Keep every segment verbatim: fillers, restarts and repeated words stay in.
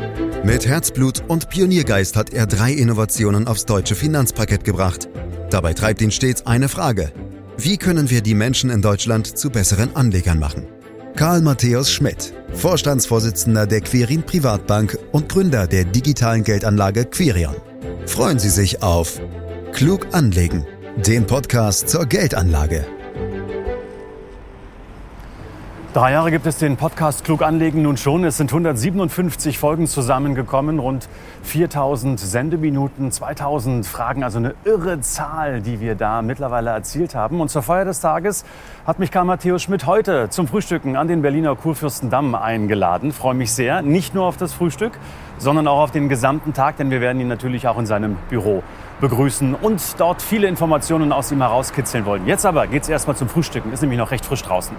Mit Herzblut und Pioniergeist hat er drei Innovationen aufs deutsche Finanzparkett gebracht. Dabei treibt ihn stets eine Frage: Wie können wir die Menschen in Deutschland zu besseren Anlegern machen? Karl Matthäus Schmidt, Vorstandsvorsitzender der Quirin Privatbank und Gründer der digitalen Geldanlage Quirion. Freuen Sie sich auf Klug anlegen, den Podcast zur Geldanlage. Drei Jahre gibt es den Podcast Klug anlegen nun schon. Es sind hundertsiebenundfünfzig Folgen zusammengekommen, rund viertausend Sendeminuten, zweitausend Fragen, also eine irre Zahl, die wir da mittlerweile erzielt haben. Und zur Feier des Tages hat mich Karl Matthäus Schmidt heute zum Frühstücken an den Berliner Kurfürstendamm eingeladen. Freue mich sehr, nicht nur auf das Frühstück, sondern auch auf den gesamten Tag, denn wir werden ihn natürlich auch in seinem Büro begrüßen und dort viele Informationen aus ihm herauskitzeln wollen. Jetzt aber geht's erstmal zum Frühstücken, ist nämlich noch recht frisch draußen.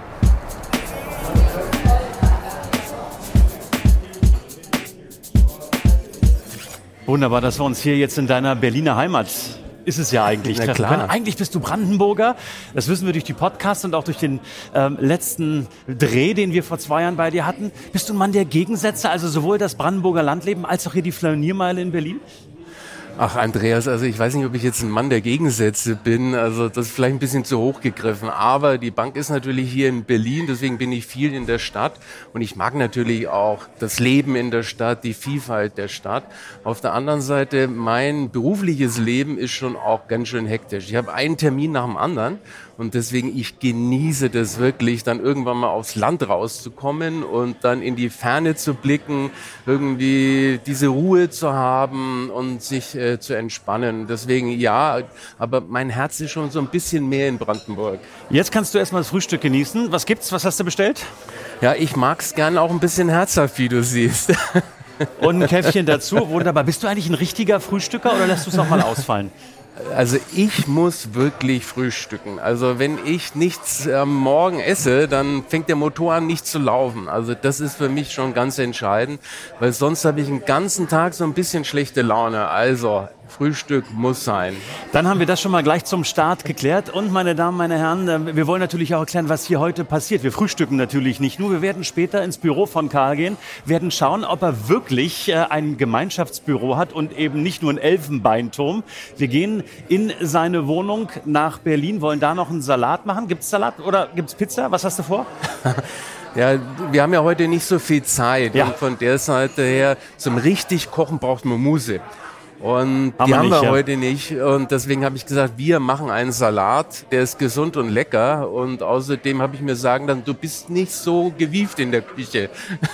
Wunderbar, dass wir uns hier jetzt in deiner Berliner Heimat, ist es ja eigentlich, treffen können. Eigentlich bist du Brandenburger, das wissen wir durch die Podcasts und auch durch den ähm, letzten Dreh, den wir vor zwei Jahren bei dir hatten. Bist du ein Mann der Gegensätze, also sowohl das Brandenburger Landleben als auch hier die Flaniermeile in Berlin? Ach, Andreas, also ich weiß nicht, ob ich jetzt ein Mann der Gegensätze bin, also das ist vielleicht ein bisschen zu hoch gegriffen, aber die Bank ist natürlich hier in Berlin, deswegen bin ich viel in der Stadt und ich mag natürlich auch das Leben in der Stadt, die Vielfalt der Stadt. Auf der anderen Seite, mein berufliches Leben ist schon auch ganz schön hektisch. Ich habe einen Termin nach dem anderen und deswegen, ich genieße das wirklich, dann irgendwann mal aufs Land rauszukommen und dann in die Ferne zu blicken, irgendwie diese Ruhe zu haben und sich äh, zu entspannen. Deswegen ja, aber mein Herz ist schon so ein bisschen mehr in Brandenburg. Jetzt kannst du erstmal das Frühstück genießen. Was gibt's? Was hast du bestellt? Ja, ich mag's gerne auch ein bisschen herzhaft, wie du siehst. Und ein Käffchen dazu. Wunderbar. Bist du eigentlich ein richtiger Frühstücker oder lässt du es auch mal ausfallen? Also ich muss wirklich frühstücken. Also wenn ich nichts am Morgen esse, dann fängt der Motor an nicht zu laufen. Also das ist für mich schon ganz entscheidend, weil sonst habe ich den ganzen Tag so ein bisschen schlechte Laune. Also Frühstück muss sein. Dann haben wir das schon mal gleich zum Start geklärt. Und meine Damen, meine Herren, wir wollen natürlich auch erklären, was hier heute passiert. Wir frühstücken natürlich nicht nur. Wir werden später ins Büro von Karl gehen, werden schauen, ob er wirklich ein Gemeinschaftsbüro hat und eben nicht nur einen Elfenbeinturm. Wir gehen in seine Wohnung nach Berlin, wollen da noch einen Salat machen. Gibt's Salat oder gibt's Pizza? Was hast du vor? Ja, wir haben ja heute nicht so viel Zeit. Ja. Und von der Seite her, zum richtig Kochen braucht man Muße. Und haben die wir haben nicht, wir ja. heute nicht und deswegen habe ich gesagt, wir machen einen Salat, der ist gesund und lecker und außerdem habe ich mir sagen lassen, du bist nicht so gewieft in der Küche.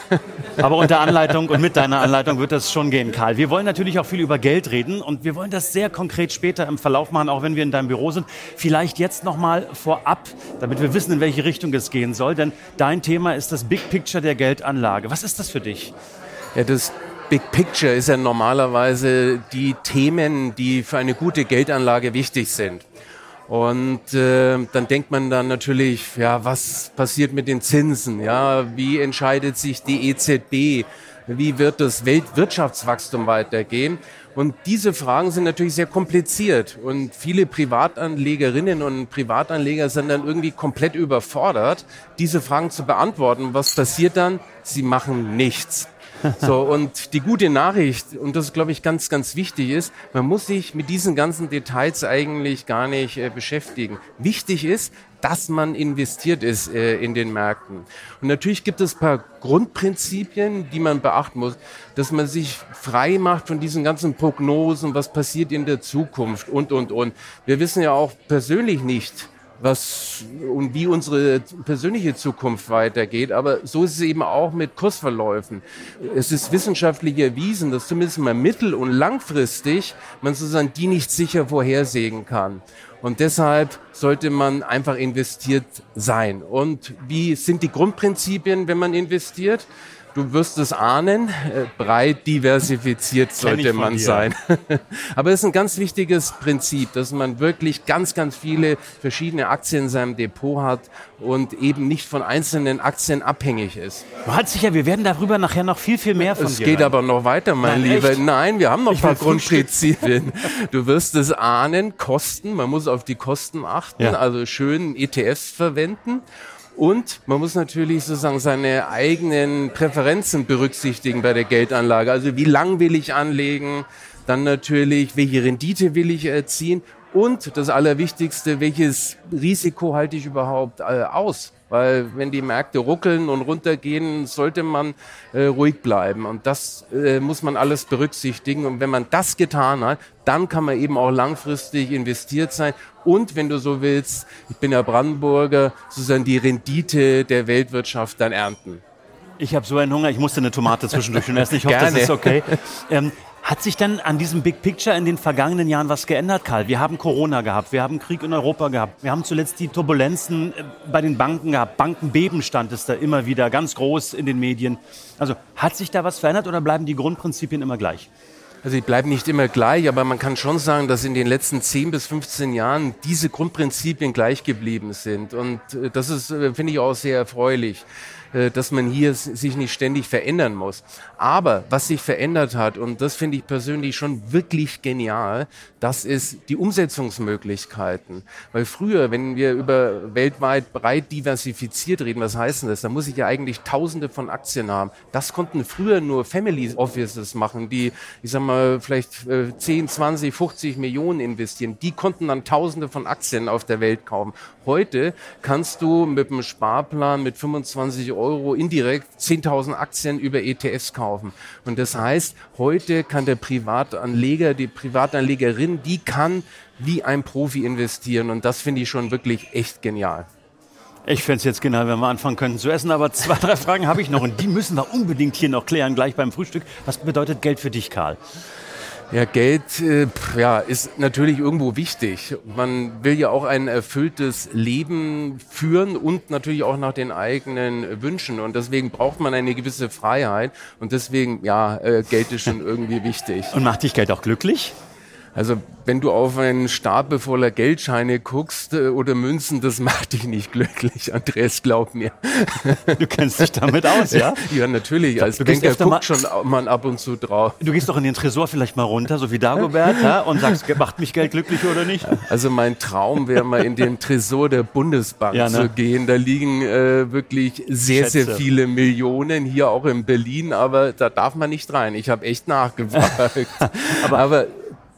Aber unter Anleitung und mit deiner Anleitung wird das schon gehen, Karl. Wir wollen natürlich auch viel über Geld reden und wir wollen das sehr konkret später im Verlauf machen, auch wenn wir in deinem Büro sind. Vielleicht jetzt nochmal vorab, damit wir wissen, in welche Richtung es gehen soll, denn dein Thema ist das Big Picture der Geldanlage. Was ist das für dich? Ja, das Big Picture ist ja normalerweise die Themen, die für eine gute Geldanlage wichtig sind. Und äh, dann denkt man dann natürlich, ja, was passiert mit den Zinsen? Ja, wie entscheidet sich die E Z B? Wie wird das Weltwirtschaftswachstum weitergehen? Und diese Fragen sind natürlich sehr kompliziert und viele Privatanlegerinnen und Privatanleger sind dann irgendwie komplett überfordert, diese Fragen zu beantworten. Was passiert dann? Sie machen nichts. So, und die gute Nachricht, und das glaube ich ganz, ganz wichtig ist, man muss sich mit diesen ganzen Details eigentlich gar nicht äh, beschäftigen. Wichtig ist, dass man investiert ist äh, in den Märkten. Und natürlich gibt es ein paar Grundprinzipien, die man beachten muss, dass man sich frei macht von diesen ganzen Prognosen, was passiert in der Zukunft und, und, und. Wir wissen ja auch persönlich nicht, was und wie unsere persönliche Zukunft weitergeht. Aber so ist es eben auch mit Kursverläufen. Es ist wissenschaftlich erwiesen, dass zumindest mal mittel- und langfristig man sozusagen die nicht sicher vorhersehen kann. Und deshalb sollte man einfach investiert sein. Und wie sind die Grundprinzipien, wenn man investiert? Du wirst es ahnen, äh, breit diversifiziert sollte man sein. Aber es ist ein ganz wichtiges Prinzip, dass man wirklich ganz, ganz viele verschiedene Aktien in seinem Depot hat und eben nicht von einzelnen Aktien abhängig ist. Halt sicher, wir werden darüber nachher noch viel, viel mehr von es dir Es geht hören. aber noch weiter, mein Nein, Lieber. echt? Nein, wir haben noch Ich ein paar will Grundprinzipien. Du wirst es ahnen, Kosten, man muss auf die Kosten achten, Ja. also schön E T Fs verwenden. Und man muss natürlich sozusagen seine eigenen Präferenzen berücksichtigen bei der Geldanlage. Also wie lang will ich anlegen? Dann natürlich, welche Rendite will ich erzielen? Und das Allerwichtigste, welches Risiko halte ich überhaupt äh, aus? Weil wenn die Märkte ruckeln und runtergehen, sollte man äh, ruhig bleiben. Und das äh, muss man alles berücksichtigen. Und wenn man das getan hat, dann kann man eben auch langfristig investiert sein. Und wenn du so willst, ich bin ja Brandenburger, sozusagen die Rendite der Weltwirtschaft dann ernten. Ich habe so einen Hunger, ich musste eine Tomate zwischendurch schon essen. Ich hoffe, Gerne. Das ist okay. Ähm, Hat sich denn an diesem Big Picture in den vergangenen Jahren was geändert, Karl? Wir haben Corona gehabt, wir haben Krieg in Europa gehabt, wir haben zuletzt die Turbulenzen bei den Banken gehabt. Bankenbeben stand es da immer wieder, ganz groß in den Medien. Also hat sich da was verändert oder bleiben die Grundprinzipien immer gleich? Also die bleiben nicht immer gleich, aber man kann schon sagen, dass in den letzten zehn bis fünfzehn Jahren diese Grundprinzipien gleich geblieben sind. Und das ist, finde ich, auch sehr erfreulich, dass man hier sich nicht ständig verändern muss. Aber was sich verändert hat, und das finde ich persönlich schon wirklich genial, das ist die Umsetzungsmöglichkeiten. Weil früher, wenn wir über weltweit breit diversifiziert reden, was heißt denn das? Da muss ich ja eigentlich Tausende von Aktien haben. Das konnten früher nur Family Offices machen, die, ich sag mal, vielleicht zehn, zwanzig, fünfzig Millionen investieren. Die konnten dann Tausende von Aktien auf der Welt kaufen. Heute kannst du mit einem Sparplan mit fünfundzwanzig Euro indirekt zehntausend Aktien über E T Fs kaufen. Und das heißt, heute kann der Privatanleger, die Privatanlegerin, die kann wie ein Profi investieren. Und das finde ich schon wirklich echt genial. Ich fände es jetzt genial, wenn wir anfangen könnten zu essen, aber zwei, drei Fragen habe ich noch und die müssen wir unbedingt hier noch klären, gleich beim Frühstück. Was bedeutet Geld für dich, Karl? Ja, Geld äh, ja, ist natürlich irgendwo wichtig. Man will ja auch ein erfülltes Leben führen und natürlich auch nach den eigenen Wünschen. Und deswegen braucht man eine gewisse Freiheit. Und deswegen, ja, äh, Geld ist schon irgendwie wichtig. Und macht dich Geld auch glücklich? Also wenn du auf einen Stapel voller Geldscheine guckst äh, oder Münzen, das macht dich nicht glücklich, Andreas, glaub mir. Du kennst dich damit aus, ja? Ja, natürlich. Als Banker guckt schon man ab und zu drauf. Du gehst doch in den Tresor vielleicht mal runter, so wie Dagobert, ja, und sagst, macht mich Geld glücklich oder nicht? Also mein Traum wäre mal in den Tresor der Bundesbank ja, ne? zu gehen. Da liegen äh, wirklich sehr, Schätze. sehr viele Millionen, hier auch in Berlin, aber da darf man nicht rein. Ich habe echt nachgefragt. aber, aber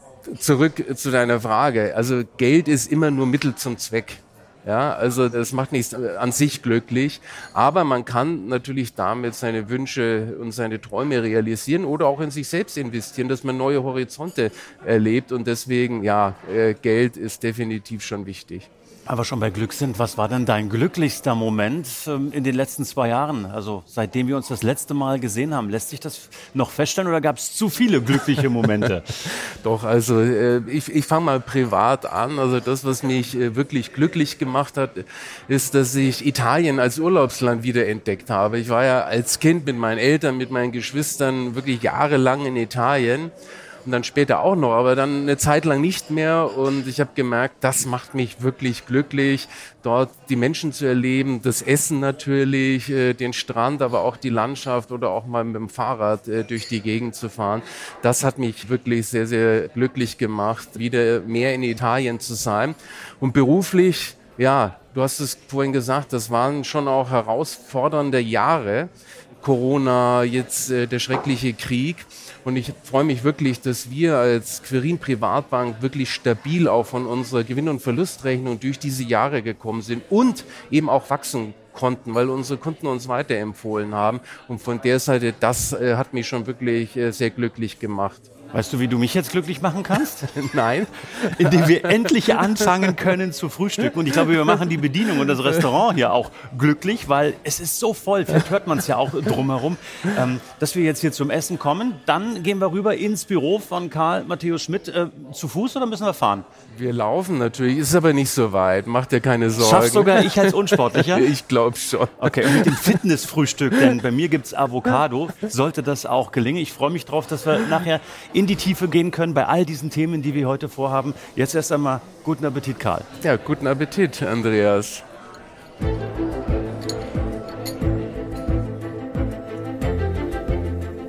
zurück zu deiner Frage. Also Geld ist immer nur Mittel zum Zweck. Ja, also das macht nicht an sich glücklich, aber man kann natürlich damit seine Wünsche und seine Träume realisieren oder auch in sich selbst investieren, dass man neue Horizonte erlebt und deswegen, ja, Geld ist definitiv schon wichtig. Aber schon bei Glück sind, was war denn dein glücklichster Moment ähm, in den letzten zwei Jahren? Also seitdem wir uns das letzte Mal gesehen haben, lässt sich das noch feststellen oder gab es zu viele glückliche Momente? Doch, also äh, ich, ich fange mal privat an. Also das, was mich äh, wirklich glücklich gemacht hat, ist, dass ich Italien als Urlaubsland wiederentdeckt habe. Ich war ja als Kind mit meinen Eltern, mit meinen Geschwistern wirklich jahrelang in Italien. Und dann später auch noch, aber dann eine Zeit lang nicht mehr. Und ich habe gemerkt, das macht mich wirklich glücklich, dort die Menschen zu erleben, das Essen natürlich, äh, den Strand, aber auch die Landschaft oder auch mal mit dem Fahrrad äh, durch die Gegend zu fahren. Das hat mich wirklich sehr, sehr glücklich gemacht, wieder mehr in Italien zu sein. Und beruflich, ja, du hast es vorhin gesagt, das waren schon auch herausfordernde Jahre. Corona, jetzt äh, der schreckliche Krieg. Und ich freue mich wirklich, dass wir als Quirin Privatbank wirklich stabil auch von unserer Gewinn- und Verlustrechnung durch diese Jahre gekommen sind und eben auch wachsen konnten, weil unsere Kunden uns weiterempfohlen haben. Und von der Seite, das äh, hat mich schon wirklich äh, sehr glücklich gemacht. Weißt du, wie du mich jetzt glücklich machen kannst? Nein. Indem wir endlich anfangen können zu frühstücken. Und ich glaube, wir machen die Bedienung und das Restaurant hier auch glücklich, weil es ist so voll, vielleicht hört man es ja auch drumherum, ähm, dass wir jetzt hier zum Essen kommen. Dann gehen wir rüber ins Büro von Karl Matthäus Schmidt. Äh, zu Fuß oder müssen wir fahren? Wir laufen natürlich, ist aber nicht so weit. Macht dir keine Sorgen. Schaffst sogar ich als Unsportlicher? Ich glaube schon. Okay, und mit dem Fitnessfrühstück, denn bei mir gibt es Avocado, sollte das auch gelingen. Ich freue mich drauf, dass wir nachher in die Tiefe gehen können bei all diesen Themen, die wir heute vorhaben. Jetzt erst einmal guten Appetit, Karl. Ja, guten Appetit, Andreas.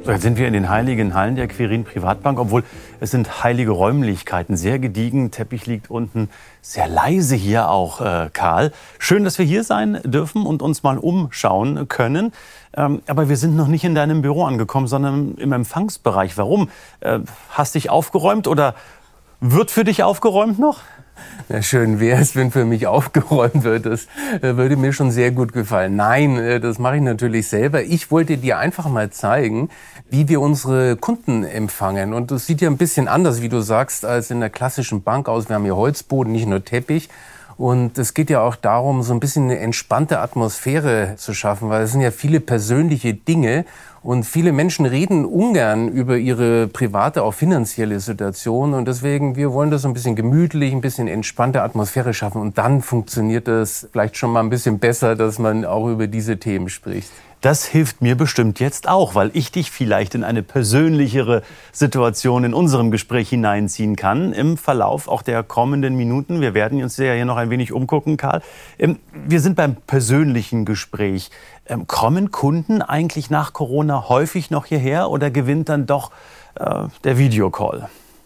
So, jetzt sind wir in den heiligen Hallen der Quirin Privatbank, obwohl es sind heilige Räumlichkeiten. Sehr gediegen, Teppich liegt unten, sehr leise hier auch, äh, Karl. Schön, dass wir hier sein dürfen und uns mal umschauen können. Ähm, aber wir sind noch nicht in deinem Büro angekommen, sondern im Empfangsbereich. Warum? Äh, hast dich aufgeräumt oder wird für dich aufgeräumt noch? Na, schön wäre es, wenn für mich aufgeräumt wird. Das äh, würde mir schon sehr gut gefallen. Nein, äh, das mache ich natürlich selber. Ich wollte dir einfach mal zeigen, wie wir unsere Kunden empfangen. Und das sieht ja ein bisschen anders, wie du sagst, als in der klassischen Bank aus. Wir haben hier Holzboden, nicht nur Teppich. Und es geht ja auch darum, so ein bisschen eine entspannte Atmosphäre zu schaffen, weil es sind ja viele persönliche Dinge. Und viele Menschen reden ungern über ihre private, auch finanzielle Situation. Und deswegen, wir wollen das so ein bisschen gemütlich, ein bisschen entspannte Atmosphäre schaffen. Und dann funktioniert das vielleicht schon mal ein bisschen besser, dass man auch über diese Themen spricht. Das hilft mir bestimmt jetzt auch, weil ich dich vielleicht in eine persönlichere Situation in unserem Gespräch hineinziehen kann, im Verlauf auch der kommenden Minuten. Wir werden uns ja hier noch ein wenig umgucken, Karl. Wir sind beim persönlichen Gespräch. Kommen Kunden eigentlich nach Corona häufig noch hierher oder gewinnt dann doch äh, der Videocall?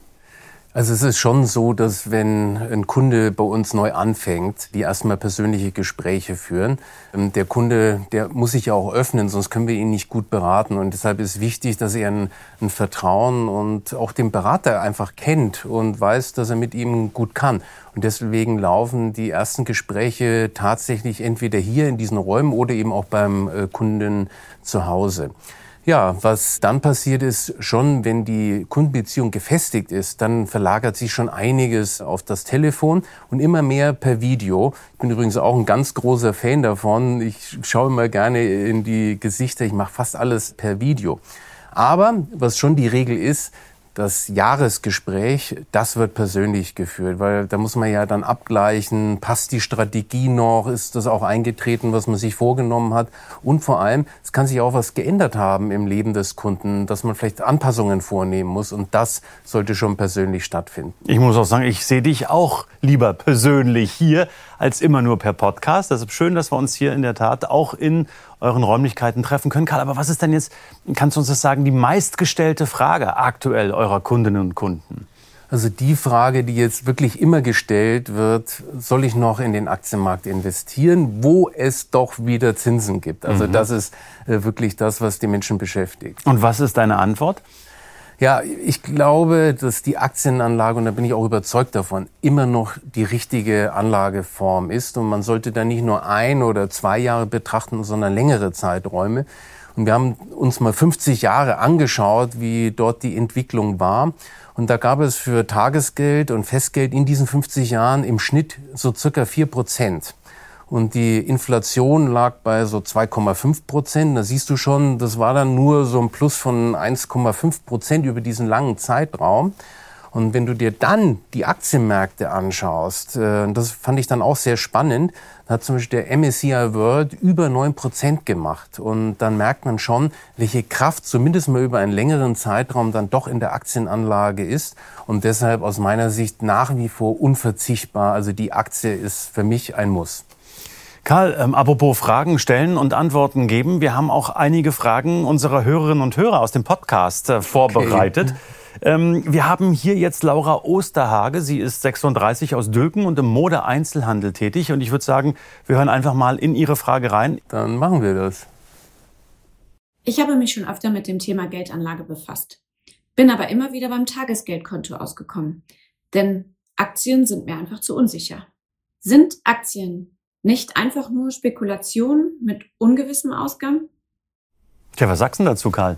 Also es ist schon so, dass wenn ein Kunde bei uns neu anfängt, die erstmal persönliche Gespräche führen. Der Kunde, der muss sich ja auch öffnen, sonst können wir ihn nicht gut beraten. Und deshalb ist wichtig, dass er ein, ein Vertrauen und auch den Berater einfach kennt und weiß, dass er mit ihm gut kann. Und deswegen laufen die ersten Gespräche tatsächlich entweder hier in diesen Räumen oder eben auch beim Kunden zu Hause. Ja, was dann passiert ist, schon wenn die Kundenbeziehung gefestigt ist, dann verlagert sich schon einiges auf das Telefon und immer mehr per Video. Ich bin übrigens auch ein ganz großer Fan davon. Ich schaue immer gerne in die Gesichter. Ich mache fast alles per Video. Aber was schon die Regel ist, das Jahresgespräch, das wird persönlich geführt, weil da muss man ja dann abgleichen, passt die Strategie noch, ist das auch eingetreten, was man sich vorgenommen hat und vor allem, es kann sich auch was geändert haben im Leben des Kunden, dass man vielleicht Anpassungen vornehmen muss und das sollte schon persönlich stattfinden. Ich muss auch sagen, ich sehe dich auch lieber persönlich hier als immer nur per Podcast. Das ist schön, dass wir uns hier in der Tat auch in euren Räumlichkeiten treffen können. Karl, aber was ist denn jetzt, kannst du uns das sagen, die meistgestellte Frage aktuell eurer Kundinnen und Kunden? Also die Frage, die jetzt wirklich immer gestellt wird, soll ich noch in den Aktienmarkt investieren, wo es doch wieder Zinsen gibt? Also mhm. das ist äh, wirklich das, was die Menschen beschäftigt. Und was ist deine Antwort? Ja, ich glaube, dass die Aktienanlage, und da bin ich auch überzeugt davon, immer noch die richtige Anlageform ist. Und man sollte da nicht nur ein oder zwei Jahre betrachten, sondern längere Zeiträume. Und wir haben uns mal fünfzig Jahre angeschaut, wie dort die Entwicklung war. Und da gab es für Tagesgeld und Festgeld in diesen fünfzig Jahren im Schnitt so circa vier Prozent. Und die Inflation lag bei so zwei Komma fünf Prozent. Da siehst du schon, das war dann nur so ein Plus von eins Komma fünf Prozent über diesen langen Zeitraum. Und wenn du dir dann die Aktienmärkte anschaust, äh, das fand ich dann auch sehr spannend, da hat zum Beispiel der M S C I World über neun Prozent gemacht. Und dann merkt man schon, welche Kraft zumindest mal über einen längeren Zeitraum dann doch in der Aktienanlage ist. Und deshalb aus meiner Sicht nach wie vor unverzichtbar. Also die Aktie ist für mich ein Muss. Karl, ähm, apropos Fragen stellen und Antworten geben. Wir haben auch einige Fragen unserer Hörerinnen und Hörer aus dem Podcast äh, vorbereitet. Okay. Ähm, wir haben hier jetzt Laura Osterhage. Sie ist sechsunddreißig aus Dülken und im Mode-Einzelhandel tätig. Und ich würde sagen, wir hören einfach mal in Ihre Frage rein. Dann machen wir das. Ich habe mich schon öfter mit dem Thema Geldanlage befasst. Bin aber immer wieder beim Tagesgeldkonto ausgekommen. Denn Aktien sind mir einfach zu unsicher. Sind Aktien nicht einfach nur Spekulation mit ungewissem Ausgang? Tja, was sagst du dazu, Karl?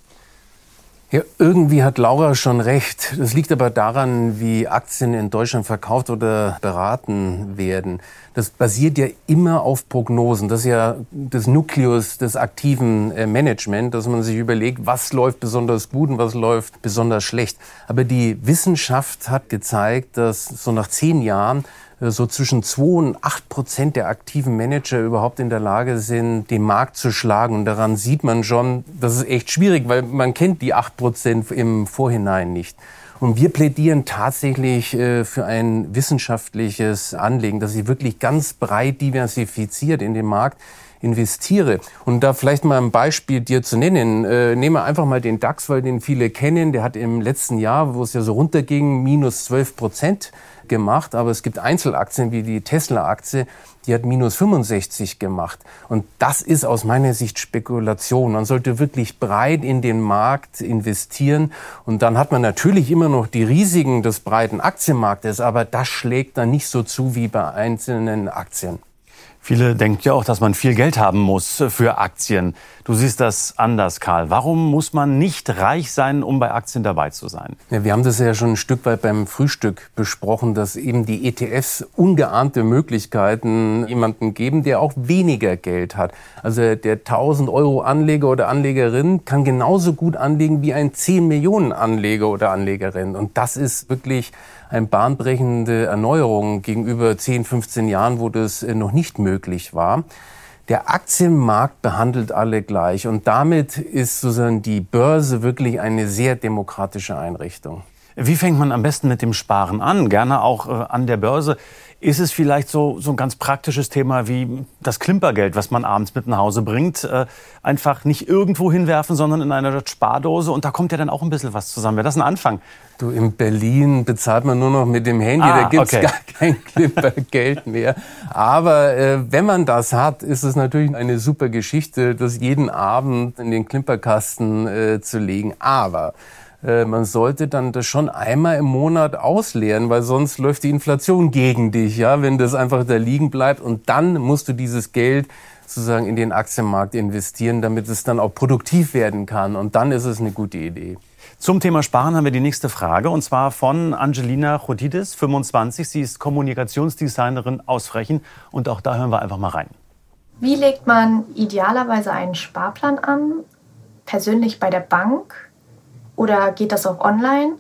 Ja, irgendwie hat Laura schon recht. Das liegt aber daran, wie Aktien in Deutschland verkauft oder beraten werden. Das basiert ja immer auf Prognosen. Das ist ja das Nukleus des aktiven Management, dass man sich überlegt, was läuft besonders gut und was läuft besonders schlecht. Aber die Wissenschaft hat gezeigt, dass so nach zehn Jahren so zwischen zwei und acht Prozent der aktiven Manager überhaupt in der Lage sind, den Markt zu schlagen. Und daran sieht man schon, das ist echt schwierig, weil man kennt die acht Prozent im Vorhinein nicht. Und wir plädieren tatsächlich äh, für ein wissenschaftliches Anlegen, das sich wirklich ganz breit diversifiziert in den Markt. investiere. Und da vielleicht mal ein Beispiel dir zu nennen. Äh, nehmen wir einfach mal den DAX, weil den viele kennen. Der hat im letzten Jahr, wo es ja so runterging, minus zwölf Prozent gemacht. Aber es gibt Einzelaktien wie die Tesla-Aktie, die hat minus fünfundsechzig gemacht. Und das ist aus meiner Sicht Spekulation. Man sollte wirklich breit in den Markt investieren. Und dann hat man natürlich immer noch die Risiken des breiten Aktienmarktes, aber das schlägt dann nicht so zu wie bei einzelnen Aktien. Viele denken ja auch, dass man viel Geld haben muss für Aktien. Du siehst das anders, Karl. Warum muss man nicht reich sein, um bei Aktien dabei zu sein? Ja, wir haben das ja schon ein Stück weit beim Frühstück besprochen, dass eben die E T Fs ungeahnte Möglichkeiten jemanden geben, der auch weniger Geld hat. Also der tausend Euro Anleger oder Anlegerin kann genauso gut anlegen wie ein zehn Millionen Anleger oder Anlegerin. Und das ist wirklich eine bahnbrechende Erneuerung gegenüber zehn, fünfzehn Jahren, wo das noch nicht möglich war. Der Aktienmarkt behandelt alle gleich und damit ist sozusagen die Börse wirklich eine sehr demokratische Einrichtung. Wie fängt man am besten mit dem Sparen an? Gerne auch äh, an der Börse. Ist es vielleicht so, so ein ganz praktisches Thema wie das Klimpergeld, was man abends mit nach Hause bringt? Äh, einfach nicht irgendwo hinwerfen, sondern in einer Spardose. Und da kommt ja dann auch ein bisschen was zusammen. Wäre das ein Anfang? Du, in Berlin bezahlt man nur noch mit dem Handy. Ah, da gibt's okay. gar kein Klimpergeld mehr. Aber äh, wenn man das hat, ist es natürlich eine super Geschichte, das jeden Abend in den Klimperkasten äh, zu legen. Aber man sollte dann das schon einmal im Monat ausleeren, weil sonst läuft die Inflation gegen dich, ja, wenn das einfach da liegen bleibt. Und dann musst du dieses Geld sozusagen in den Aktienmarkt investieren, damit es dann auch produktiv werden kann. Und dann ist es eine gute Idee. Zum Thema Sparen haben wir die nächste Frage, und zwar von Angelina Chodidis, fünfundzwanzig. Sie ist Kommunikationsdesignerin aus Frechen. Und auch da hören wir einfach mal rein. Wie legt man idealerweise einen Sparplan an? Persönlich bei der Bank? Oder geht das auch online?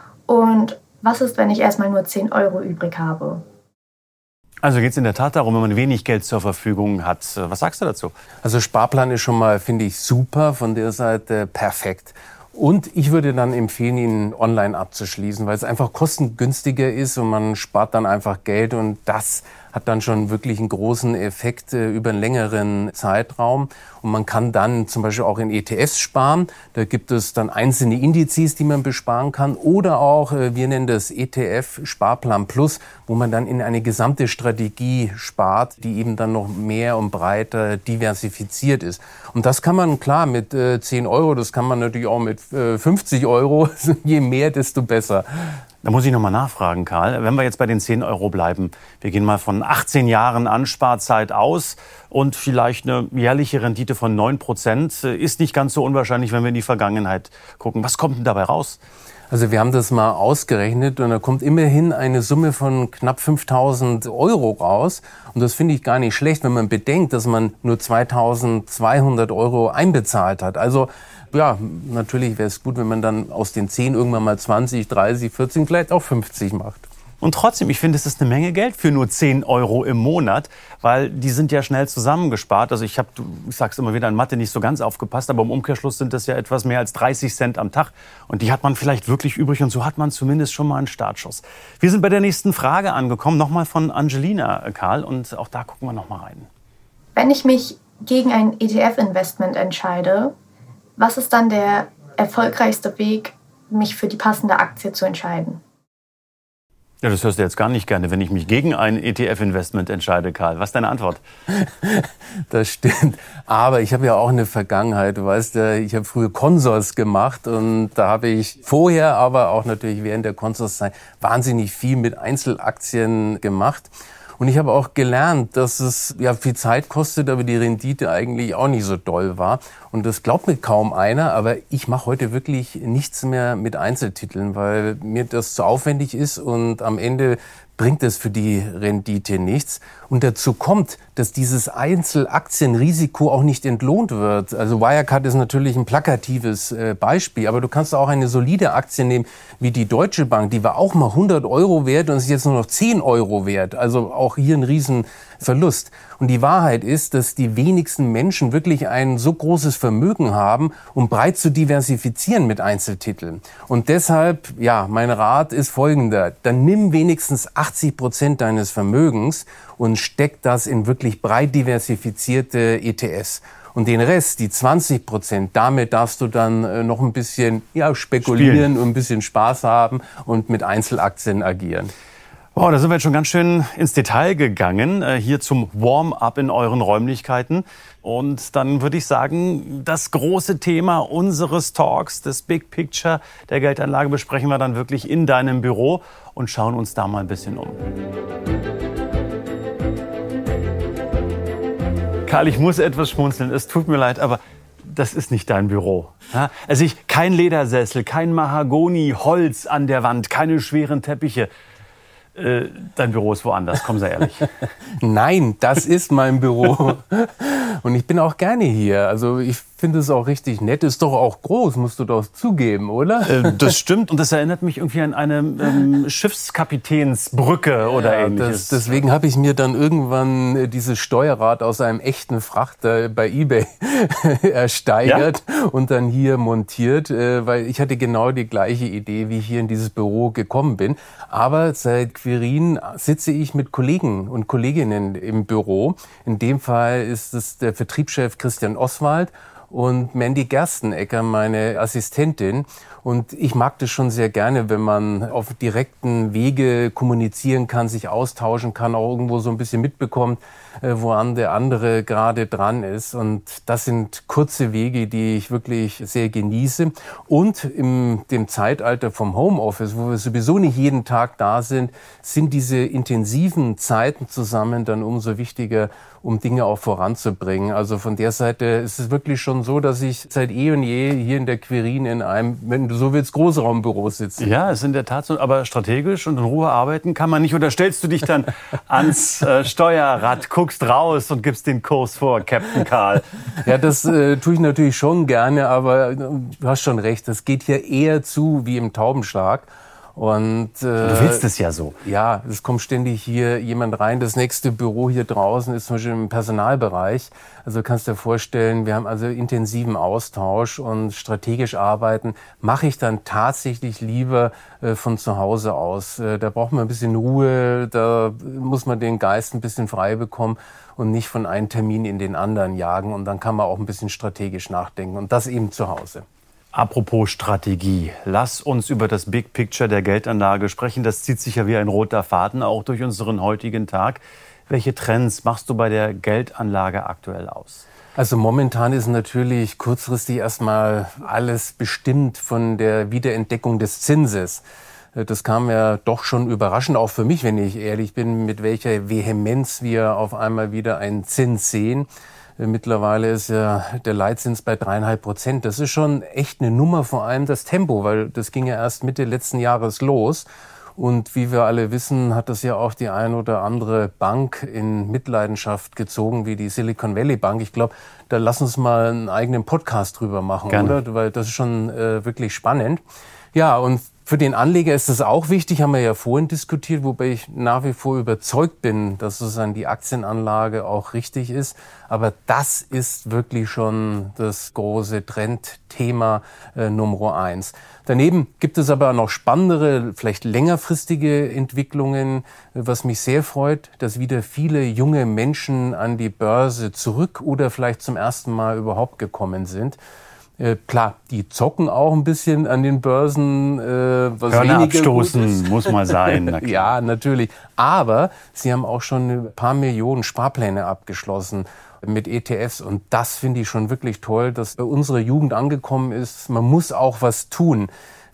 Und was ist, wenn ich erstmal nur zehn Euro übrig habe? Also geht es in der Tat darum, wenn man wenig Geld zur Verfügung hat. Was sagst du dazu? Also Sparplan ist schon mal, finde ich, super, von der Seite perfekt. Und ich würde dann empfehlen, ihn online abzuschließen, weil es einfach kostengünstiger ist und man spart dann einfach Geld und das hat dann schon wirklich einen großen Effekt äh, über einen längeren Zeitraum. Und man kann dann zum Beispiel auch in E T Fs sparen. Da gibt es dann einzelne Indizes, die man besparen kann. Oder auch, äh, wir nennen das E T F Sparplan Plus, wo man dann in eine gesamte Strategie spart, die eben dann noch mehr und breiter diversifiziert ist. Und das kann man klar mit äh, zehn Euro, das kann man natürlich auch mit äh, fünfzig Euro. Je mehr, desto besser. Da muss ich noch mal nachfragen, Karl. Wenn wir jetzt bei den zehn Euro bleiben, wir gehen mal von achtzehn Jahren Ansparzeit aus und vielleicht eine jährliche Rendite von neun Prozent ist nicht ganz so unwahrscheinlich, wenn wir in die Vergangenheit gucken. Was kommt denn dabei raus? Also wir haben das mal ausgerechnet und da kommt immerhin eine Summe von knapp fünftausend Euro raus. Und das finde ich gar nicht schlecht, wenn man bedenkt, dass man nur zweitausendzweihundert Euro einbezahlt hat. Also ja, natürlich wäre es gut, wenn man dann aus den zehn irgendwann mal zwanzig, dreißig, vierzig, vielleicht auch fünfzig macht. Und trotzdem, ich finde, es ist eine Menge Geld für nur zehn Euro im Monat, weil die sind ja schnell zusammengespart. Also ich habe, ich sag's immer wieder, in Mathe nicht so ganz aufgepasst, aber im Umkehrschluss sind das ja etwas mehr als dreißig Cent am Tag. Und die hat man vielleicht wirklich übrig und so hat man zumindest schon mal einen Startschuss. Wir sind bei der nächsten Frage angekommen, nochmal von Angelina, Karl, und auch da gucken wir nochmal rein. Wenn ich mich gegen ein E T F-Investment entscheide, was ist dann der erfolgreichste Weg, mich für die passende Aktie zu entscheiden? Ja, das hörst du jetzt gar nicht gerne, wenn ich mich gegen ein E T F-Investment entscheide, Karl. Was ist deine Antwort? Das stimmt. Aber ich habe ja auch eine Vergangenheit. Du weißt ja, ich habe früher Consors gemacht und da habe ich vorher, aber auch natürlich während der Consors-Zeit wahnsinnig viel mit Einzelaktien gemacht. Und ich habe auch gelernt, dass es ja viel Zeit kostet, aber die Rendite eigentlich auch nicht so doll war. Und das glaubt mir kaum einer, aber ich mache heute wirklich nichts mehr mit Einzeltiteln, weil mir das zu aufwendig ist und am Ende bringt es für die Rendite nichts. Und dazu kommt, dass dieses Einzelaktienrisiko auch nicht entlohnt wird. Also Wirecard ist natürlich ein plakatives äh, Beispiel, aber du kannst auch eine solide Aktie nehmen wie die Deutsche Bank. Die war auch mal hundert Euro wert und ist jetzt nur noch zehn Euro wert. Also auch hier ein riesen Verlust. Und die Wahrheit ist, dass die wenigsten Menschen wirklich ein so großes Vermögen haben, um breit zu diversifizieren mit Einzeltiteln. Und deshalb, ja, mein Rat ist folgender. Dann nimm wenigstens achtzig Prozent deines Vermögens und steck das in wirklich breit diversifizierte E T Fs. Und den Rest, die zwanzig Prozent, damit darfst du dann äh, noch ein bisschen ja, spekulieren Spielen. und ein bisschen Spaß haben und mit Einzelaktien agieren. Wow, da sind wir jetzt schon ganz schön ins Detail gegangen, äh, hier zum Warm-up in euren Räumlichkeiten. Und dann würde ich sagen, das große Thema unseres Talks, das Big Picture der Geldanlage, besprechen wir dann wirklich in deinem Büro und schauen uns da mal ein bisschen um. Karl, ich muss etwas schmunzeln, es tut mir leid, aber das ist nicht dein Büro. Ja? Also ich, kein Ledersessel, kein Mahagoni, Holz an der Wand, keine schweren Teppiche. Äh, dein Büro ist woanders, komm, sei ehrlich. Nein, das ist mein Büro. Und ich bin auch gerne hier. Also ich finde es auch richtig nett. Ist doch auch groß, musst du doch zugeben, oder? Äh, das stimmt. Und das erinnert mich irgendwie an eine ähm, Schiffskapitänsbrücke oder ja, ähnliches. Das, deswegen habe ich mir dann irgendwann äh, dieses Steuerrad aus einem echten Frachter bei eBay ersteigert ja? und dann hier montiert, äh, weil ich hatte genau die gleiche Idee, wie ich hier in dieses Büro gekommen bin. Aber seit Quirin sitze ich mit Kollegen und Kolleginnen im Büro. In dem Fall ist es der Vertriebschef Christian Oswald und Mandy Gerstenecker, meine Assistentin. Und ich mag das schon sehr gerne, wenn man auf direkten Wege kommunizieren kann, sich austauschen kann, auch irgendwo so ein bisschen mitbekommt, woran der andere gerade dran ist. Und das sind kurze Wege, die ich wirklich sehr genieße. Und in dem Zeitalter vom Homeoffice, wo wir sowieso nicht jeden Tag da sind, sind diese intensiven Zeiten zusammen dann umso wichtiger, um Dinge auch voranzubringen. Also von der Seite ist es wirklich schon so, dass ich seit eh und je hier in der Quirin in einem, wenn du so willst, Großraumbüro sitze. Ja, es ist in der Tat so, aber strategisch und in Ruhe arbeiten kann man nicht. Oder stellst du dich dann ans äh, Steuerrad, guckst raus und gibst den Kurs vor, Captain Karl? Ja, das äh, tue ich natürlich schon gerne, aber äh, du hast schon recht, das geht hier eher zu wie im Taubenschlag. Und, äh, du willst es ja so. Ja, es kommt ständig hier jemand rein. Das nächste Büro hier draußen ist zum Beispiel im Personalbereich. Also du kannst dir vorstellen, wir haben also intensiven Austausch und strategisch arbeiten mache ich dann tatsächlich lieber äh, von zu Hause aus. Äh, da braucht man ein bisschen Ruhe, da muss man den Geist ein bisschen frei bekommen und nicht von einem Termin in den anderen jagen. Und dann kann man auch ein bisschen strategisch nachdenken und das eben zu Hause. Apropos Strategie, lass uns über das Big Picture der Geldanlage sprechen. Das zieht sich ja wie ein roter Faden auch durch unseren heutigen Tag. Welche Trends machst du bei der Geldanlage aktuell aus? Also momentan ist natürlich kurzfristig erstmal alles bestimmt von der Wiederentdeckung des Zinses. Das kam ja doch schon überraschend, auch für mich, wenn ich ehrlich bin, mit welcher Vehemenz wir auf einmal wieder einen Zins sehen. Mittlerweile ist ja der Leitzins bei dreieinhalb Prozent. Das ist schon echt eine Nummer, vor allem das Tempo, weil das ging ja erst Mitte letzten Jahres los. Und wie wir alle wissen, hat das ja auch die ein oder andere Bank in Mitleidenschaft gezogen, wie die Silicon Valley Bank. Ich glaube, da lass uns mal einen eigenen Podcast drüber machen, Gerne. Oder? Weil das ist schon äh, wirklich spannend. Ja, und für den Anleger ist das auch wichtig, haben wir ja vorhin diskutiert, wobei ich nach wie vor überzeugt bin, dass sozusagen die Aktienanlage auch richtig ist. Aber das ist wirklich schon das große Trendthema äh, Nummer eins. Daneben gibt es aber noch spannendere, vielleicht längerfristige Entwicklungen, was mich sehr freut, dass wieder viele junge Menschen an die Börse zurück oder vielleicht zum ersten Mal überhaupt gekommen sind. Äh, klar, die zocken auch ein bisschen an den Börsen. Äh, was Hörner weniger abstoßen muss mal sein. Na ja, natürlich. Aber sie haben auch schon ein paar Millionen Sparpläne abgeschlossen mit E T Fs. Und das finde ich schon wirklich toll, dass bei unserer Jugend angekommen ist. Man muss auch was tun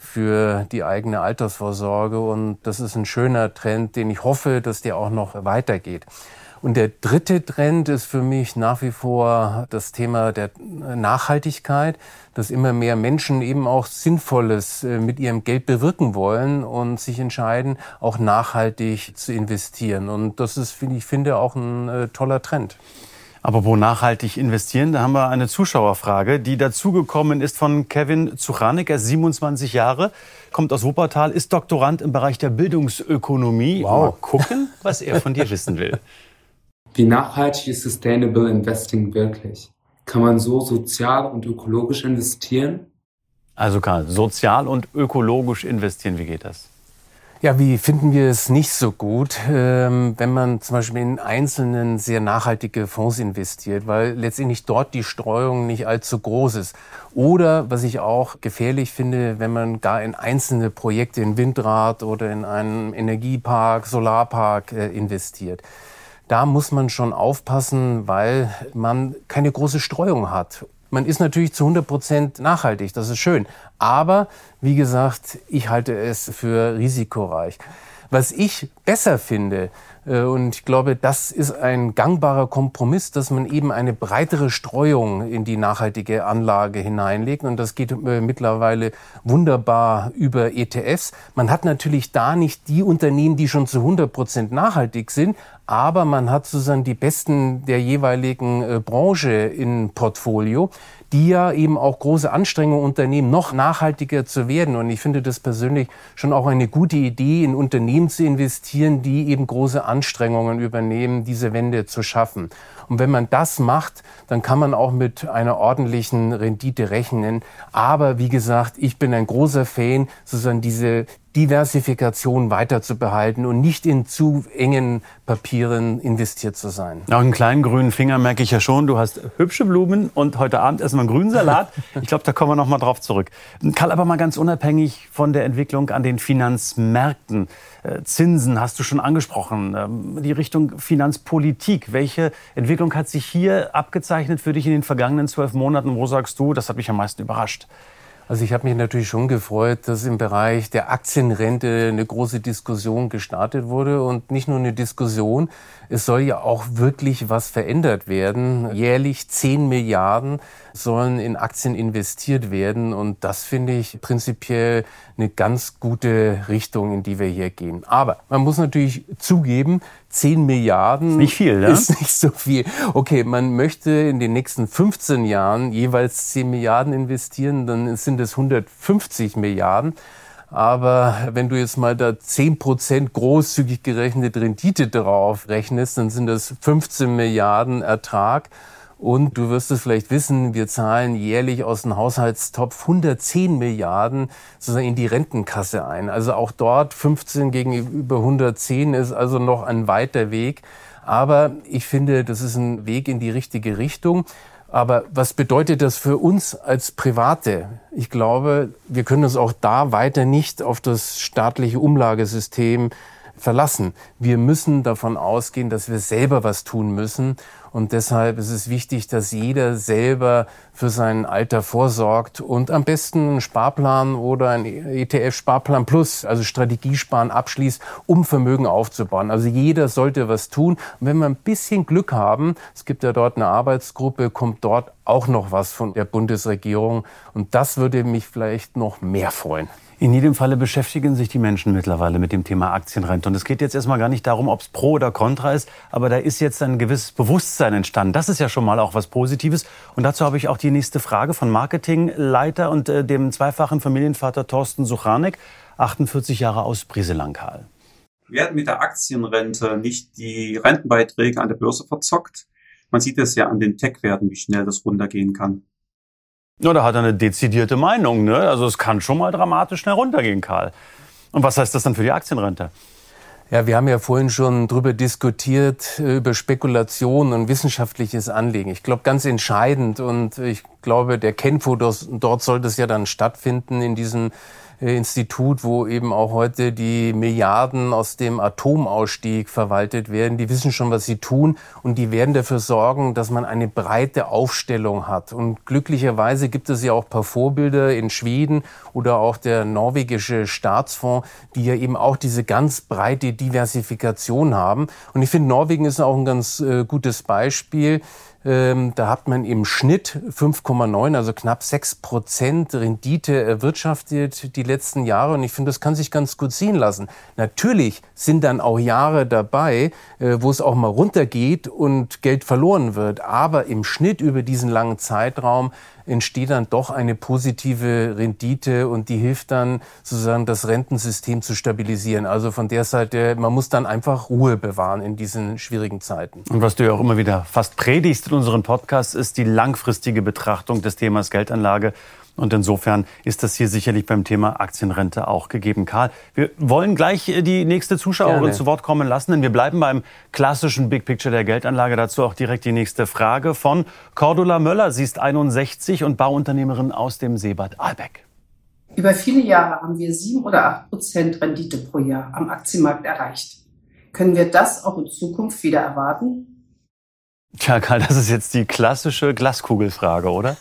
für die eigene Altersvorsorge. Und das ist ein schöner Trend, den ich hoffe, dass der auch noch weitergeht. Und der dritte Trend ist für mich nach wie vor das Thema der Nachhaltigkeit, dass immer mehr Menschen eben auch Sinnvolles mit ihrem Geld bewirken wollen und sich entscheiden, auch nachhaltig zu investieren. Und das ist, wie ich finde, auch ein äh, toller Trend. Apropos nachhaltig investieren, da haben wir eine Zuschauerfrage, die dazugekommen ist von Kevin Zuchanik. Er ist siebenundzwanzig Jahre, kommt aus Wuppertal, ist Doktorand im Bereich der Bildungsökonomie. Wow. Mal gucken, was er von dir wissen will. Wie nachhaltig ist Sustainable Investing wirklich? Kann man so sozial und ökologisch investieren? Also Karl, sozial und ökologisch investieren, wie geht das? Ja, wie finden wir es nicht so gut, ähm, wenn man zum Beispiel in einzelnen sehr nachhaltige Fonds investiert, weil letztendlich dort die Streuung nicht allzu groß ist. Oder, was ich auch gefährlich finde, wenn man gar in einzelne Projekte, in Windrad oder in einen Energiepark, Solarpark äh, investiert. Da muss man schon aufpassen, weil man keine große Streuung hat. Man ist natürlich zu hundert Prozent nachhaltig, das ist schön. Aber, wie gesagt, ich halte es für risikoreich. Was ich besser finde, und ich glaube, das ist ein gangbarer Kompromiss, dass man eben eine breitere Streuung in die nachhaltige Anlage hineinlegt. Und das geht mittlerweile wunderbar über E T Fs. Man hat natürlich da nicht die Unternehmen, die schon zu hundert Prozent nachhaltig sind, aber man hat sozusagen die Besten der jeweiligen äh, Branche im Portfolio, die ja eben auch große Anstrengungen unternehmen, noch nachhaltiger zu werden. Und ich finde das persönlich schon auch eine gute Idee, in Unternehmen zu investieren, die eben große Anstrengungen übernehmen, diese Wende zu schaffen. Und wenn man das macht, dann kann man auch mit einer ordentlichen Rendite rechnen. Aber wie gesagt, ich bin ein großer Fan, sozusagen diese Diversifikation weiter zu behalten und nicht in zu engen Papieren investiert zu sein. Auch einen kleinen grünen Finger merke ich ja schon. Du hast hübsche Blumen und heute Abend essen wir einen grünen Salat. Ich glaube, da kommen wir noch mal drauf zurück. Karl, aber mal ganz unabhängig von der Entwicklung an den Finanzmärkten. Äh, Zinsen hast du schon angesprochen. Ähm, die Richtung Finanzpolitik. Welche Entwicklung hat sich hier abgezeichnet für dich in den vergangenen zwölf Monaten? Wo sagst du, das hat mich am meisten überrascht? Also ich habe mich natürlich schon gefreut, dass im Bereich der Aktienrente eine große Diskussion gestartet wurde. Und nicht nur eine Diskussion, es soll ja auch wirklich was verändert werden. Jährlich zehn Milliarden sollen in Aktien investiert werden. Und das finde ich prinzipiell eine ganz gute Richtung, in die wir hier gehen. Aber man muss natürlich zugeben, zehn Milliarden nicht viel, ne? Ist nicht so viel. Okay, man möchte in den nächsten fünfzehn Jahren jeweils zehn Milliarden investieren, dann sind es hundertfünfzig Milliarden. Aber wenn du jetzt mal da zehn Prozent großzügig gerechnete Rendite drauf rechnest, dann sind das fünfzehn Milliarden Ertrag. Und du wirst es vielleicht wissen, wir zahlen jährlich aus dem Haushaltstopf hundertzehn Milliarden sozusagen in die Rentenkasse ein. Also auch dort fünfzehn gegenüber hundertzehn ist also noch ein weiter Weg. Aber ich finde, das ist ein Weg in die richtige Richtung. Aber was bedeutet das für uns als Private? Ich glaube, wir können uns auch da weiter nicht auf das staatliche Umlagesystem verlassen. Wir müssen davon ausgehen, dass wir selber was tun müssen. Und deshalb ist es wichtig, dass jeder selber für sein Alter vorsorgt und am besten einen Sparplan oder ein E T F-Sparplan Plus, also Strategiesparen abschließt, um Vermögen aufzubauen. Also jeder sollte was tun. Und wenn wir ein bisschen Glück haben, es gibt ja dort eine Arbeitsgruppe, kommt dort auch noch was von der Bundesregierung. Und das würde mich vielleicht noch mehr freuen. In jedem Falle beschäftigen sich die Menschen mittlerweile mit dem Thema Aktienrente. Und es geht jetzt erstmal gar nicht darum, ob es pro oder contra ist, aber da ist jetzt ein gewisses Bewusstsein entstanden. Das ist ja schon mal auch was Positives. Und dazu habe ich auch die nächste Frage von Marketingleiter und äh, dem zweifachen Familienvater Thorsten Suchanek, achtundvierzig Jahre aus Brieselang, Karl. Werden mit der Aktienrente nicht die Rentenbeiträge an der Börse verzockt? Man sieht es ja an den Tech-Werten, wie schnell das runtergehen kann. Ja, da hat er eine dezidierte Meinung, ne? Also es kann schon mal dramatisch schnell runtergehen, Karl. Und was heißt das dann für die Aktienrente? Ja, wir haben ja vorhin schon drüber diskutiert, über Spekulation und wissenschaftliches Anlegen. Ich glaube, ganz entscheidend, und ich glaube, der Kenfo, dort soll das ja dann stattfinden, in diesem Institut, wo eben auch heute die Milliarden aus dem Atomausstieg verwaltet werden. Die wissen schon, was sie tun, und die werden dafür sorgen, dass man eine breite Aufstellung hat. Und glücklicherweise gibt es ja auch ein paar Vorbilder in Schweden oder auch der norwegische Staatsfonds, die ja eben auch diese ganz breite Diversifikation haben. Und ich finde, Norwegen ist auch ein ganz äh, gutes Beispiel. Ähm, da hat man im Schnitt fünf Komma neun, also knapp sechs Prozent Rendite erwirtschaftet die letzten Jahre. Und ich finde, das kann sich ganz gut sehen lassen. Natürlich sind dann auch Jahre dabei, äh, wo es auch mal runtergeht und Geld verloren wird. Aber im Schnitt über diesen langen Zeitraum entsteht dann doch eine positive Rendite und die hilft dann sozusagen das Rentensystem zu stabilisieren. Also von der Seite, man muss dann einfach Ruhe bewahren in diesen schwierigen Zeiten. Und was du ja auch immer wieder fast predigst in unseren Podcasts, ist die langfristige Betrachtung des Themas Geldanlage. Und insofern ist das hier sicherlich beim Thema Aktienrente auch gegeben. Karl, wir wollen gleich die nächste Zuschauerin Gerne. zu Wort kommen lassen, denn wir bleiben beim klassischen Big Picture der Geldanlage. Dazu auch direkt die nächste Frage von Cordula Möller. Sie ist einundsechzig und Bauunternehmerin aus dem Seebad Ahlbeck. Über viele Jahre haben wir sieben oder acht Prozent Rendite pro Jahr am Aktienmarkt erreicht. Können wir das auch in Zukunft wieder erwarten? Tja, Karl, das ist jetzt die klassische Glaskugelfrage, oder?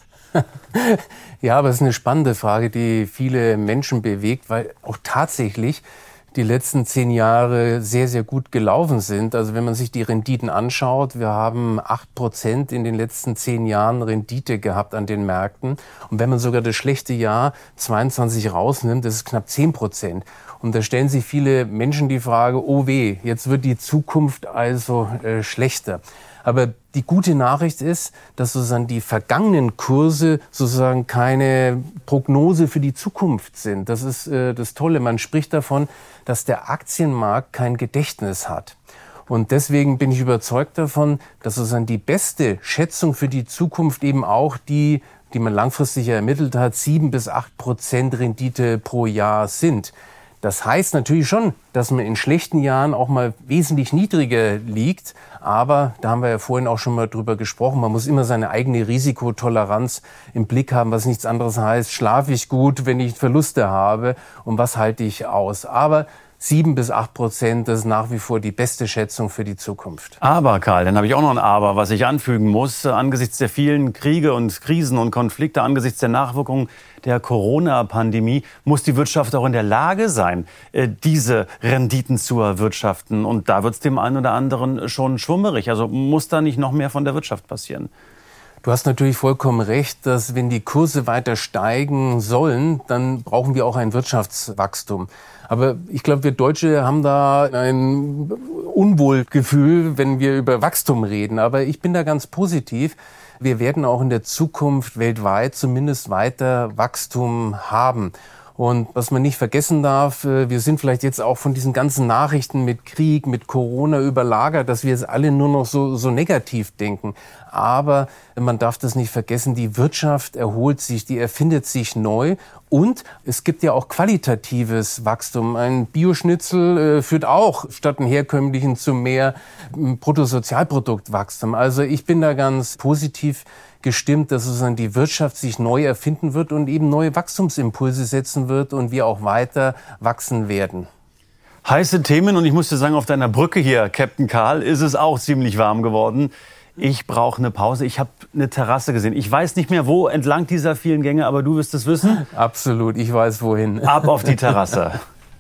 Ja, aber es ist eine spannende Frage, die viele Menschen bewegt, weil auch tatsächlich die letzten zehn Jahre sehr, sehr gut gelaufen sind. Also wenn man sich die Renditen anschaut, wir haben acht Prozent in den letzten zehn Jahren Rendite gehabt an den Märkten. Und wenn man sogar das schlechte Jahr zweiundzwanzig rausnimmt, das ist knapp zehn Prozent. Und da stellen sich viele Menschen die Frage, oh weh, jetzt wird die Zukunft also äh, schlechter. Aber die gute Nachricht ist, dass sozusagen die vergangenen Kurse sozusagen keine Prognose für die Zukunft sind. Das ist äh, das Tolle. Man spricht davon, dass der Aktienmarkt kein Gedächtnis hat. Und deswegen bin ich überzeugt davon, dass sozusagen die beste Schätzung für die Zukunft eben auch die, die man langfristig ermittelt hat, sieben bis acht Prozent Rendite pro Jahr sind. Das heißt natürlich schon, dass man in schlechten Jahren auch mal wesentlich niedriger liegt. Aber da haben wir ja vorhin auch schon mal drüber gesprochen. Man muss immer seine eigene Risikotoleranz im Blick haben, was nichts anderes heißt. Schlafe ich gut, wenn ich Verluste habe? Und was halte ich aus? Aber sieben bis acht Prozent, das ist nach wie vor die beste Schätzung für die Zukunft. Aber, Karl, dann habe ich auch noch ein Aber, was ich anfügen muss. Angesichts der vielen Kriege und Krisen und Konflikte, angesichts der Nachwirkungen der Corona-Pandemie, muss die Wirtschaft auch in der Lage sein, diese Renditen zu erwirtschaften. Und da wird es dem einen oder anderen schon schwummerig. Also muss da nicht noch mehr von der Wirtschaft passieren? Du hast natürlich vollkommen recht, dass wenn die Kurse weiter steigen sollen, dann brauchen wir auch ein Wirtschaftswachstum. Aber ich glaube, wir Deutsche haben da ein Unwohlgefühl, wenn wir über Wachstum reden. Aber ich bin da ganz positiv. Wir werden auch in der Zukunft weltweit zumindest weiter Wachstum haben. Und was man nicht vergessen darf, wir sind vielleicht jetzt auch von diesen ganzen Nachrichten mit Krieg, mit Corona überlagert, dass wir es alle nur noch so, so negativ denken. Aber man darf das nicht vergessen, die Wirtschaft erholt sich, die erfindet sich neu. Und es gibt ja auch qualitatives Wachstum. Ein Bioschnitzel äh, führt auch statt einem herkömmlichen zu mehr Bruttosozialproduktwachstum. Also ich bin da ganz positiv gestimmt, dass sozusagen die Wirtschaft sich neu erfinden wird und eben neue Wachstumsimpulse setzen wird und wir auch weiter wachsen werden. Heiße Themen und ich muss dir sagen, auf deiner Brücke hier, Captain Karl, ist es auch ziemlich warm geworden. Ich brauche eine Pause. Ich habe eine Terrasse gesehen. Ich weiß nicht mehr, wo entlang dieser vielen Gänge, aber du wirst es wissen. Absolut, ich weiß wohin. Ab auf die Terrasse.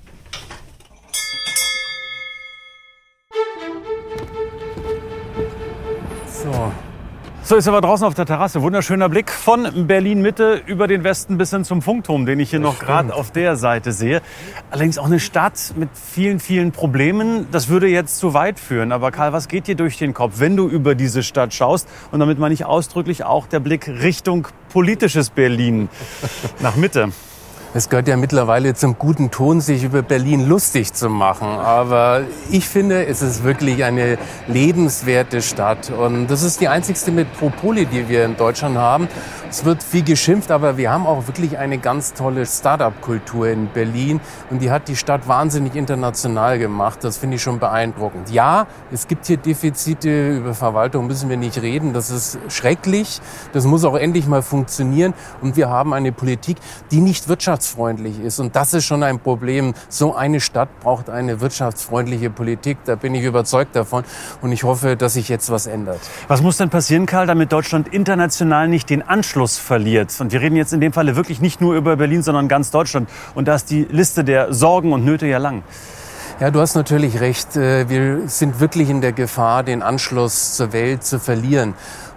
So. So ist aber draußen auf der Terrasse. Wunderschöner Blick von Berlin-Mitte über den Westen bis hin zum Funkturm, den ich hier noch gerade auf der Seite sehe. Allerdings auch eine Stadt mit vielen, vielen Problemen. Das würde jetzt zu weit führen. Aber Karl, was geht dir durch den Kopf, wenn du über diese Stadt schaust? Und damit meine ich ausdrücklich auch der Blick Richtung politisches Berlin nach Mitte. Es gehört ja mittlerweile zum guten Ton, sich über Berlin lustig zu machen. Aber ich finde, es ist wirklich eine lebenswerte Stadt. Und das ist die einzigste Metropole, die wir in Deutschland haben. Es wird viel geschimpft, aber wir haben auch wirklich eine ganz tolle Start-up-Kultur in Berlin. Und die hat die Stadt wahnsinnig international gemacht. Das finde ich schon beeindruckend. Ja, es gibt hier Defizite. Über Verwaltung müssen wir nicht reden. Das ist schrecklich. Das muss auch endlich mal funktionieren. Und wir haben eine Politik, die nicht wirtschaftsfreundlich ist. Und das ist schon ein Problem. So eine Stadt braucht eine wirtschaftsfreundliche Politik. Da bin ich überzeugt davon. Und ich hoffe, dass sich jetzt was ändert. Was muss denn passieren, Karl, damit Deutschland international nicht den Anschluss verliert? Und wir reden jetzt in dem Falle wirklich nicht nur über Berlin, sondern ganz Deutschland. Und da ist die Liste der Sorgen und Nöte ja lang. Ja, du hast natürlich recht. Wir sind wirklich in der Gefahr, den Anschluss zur Welt zu verlieren.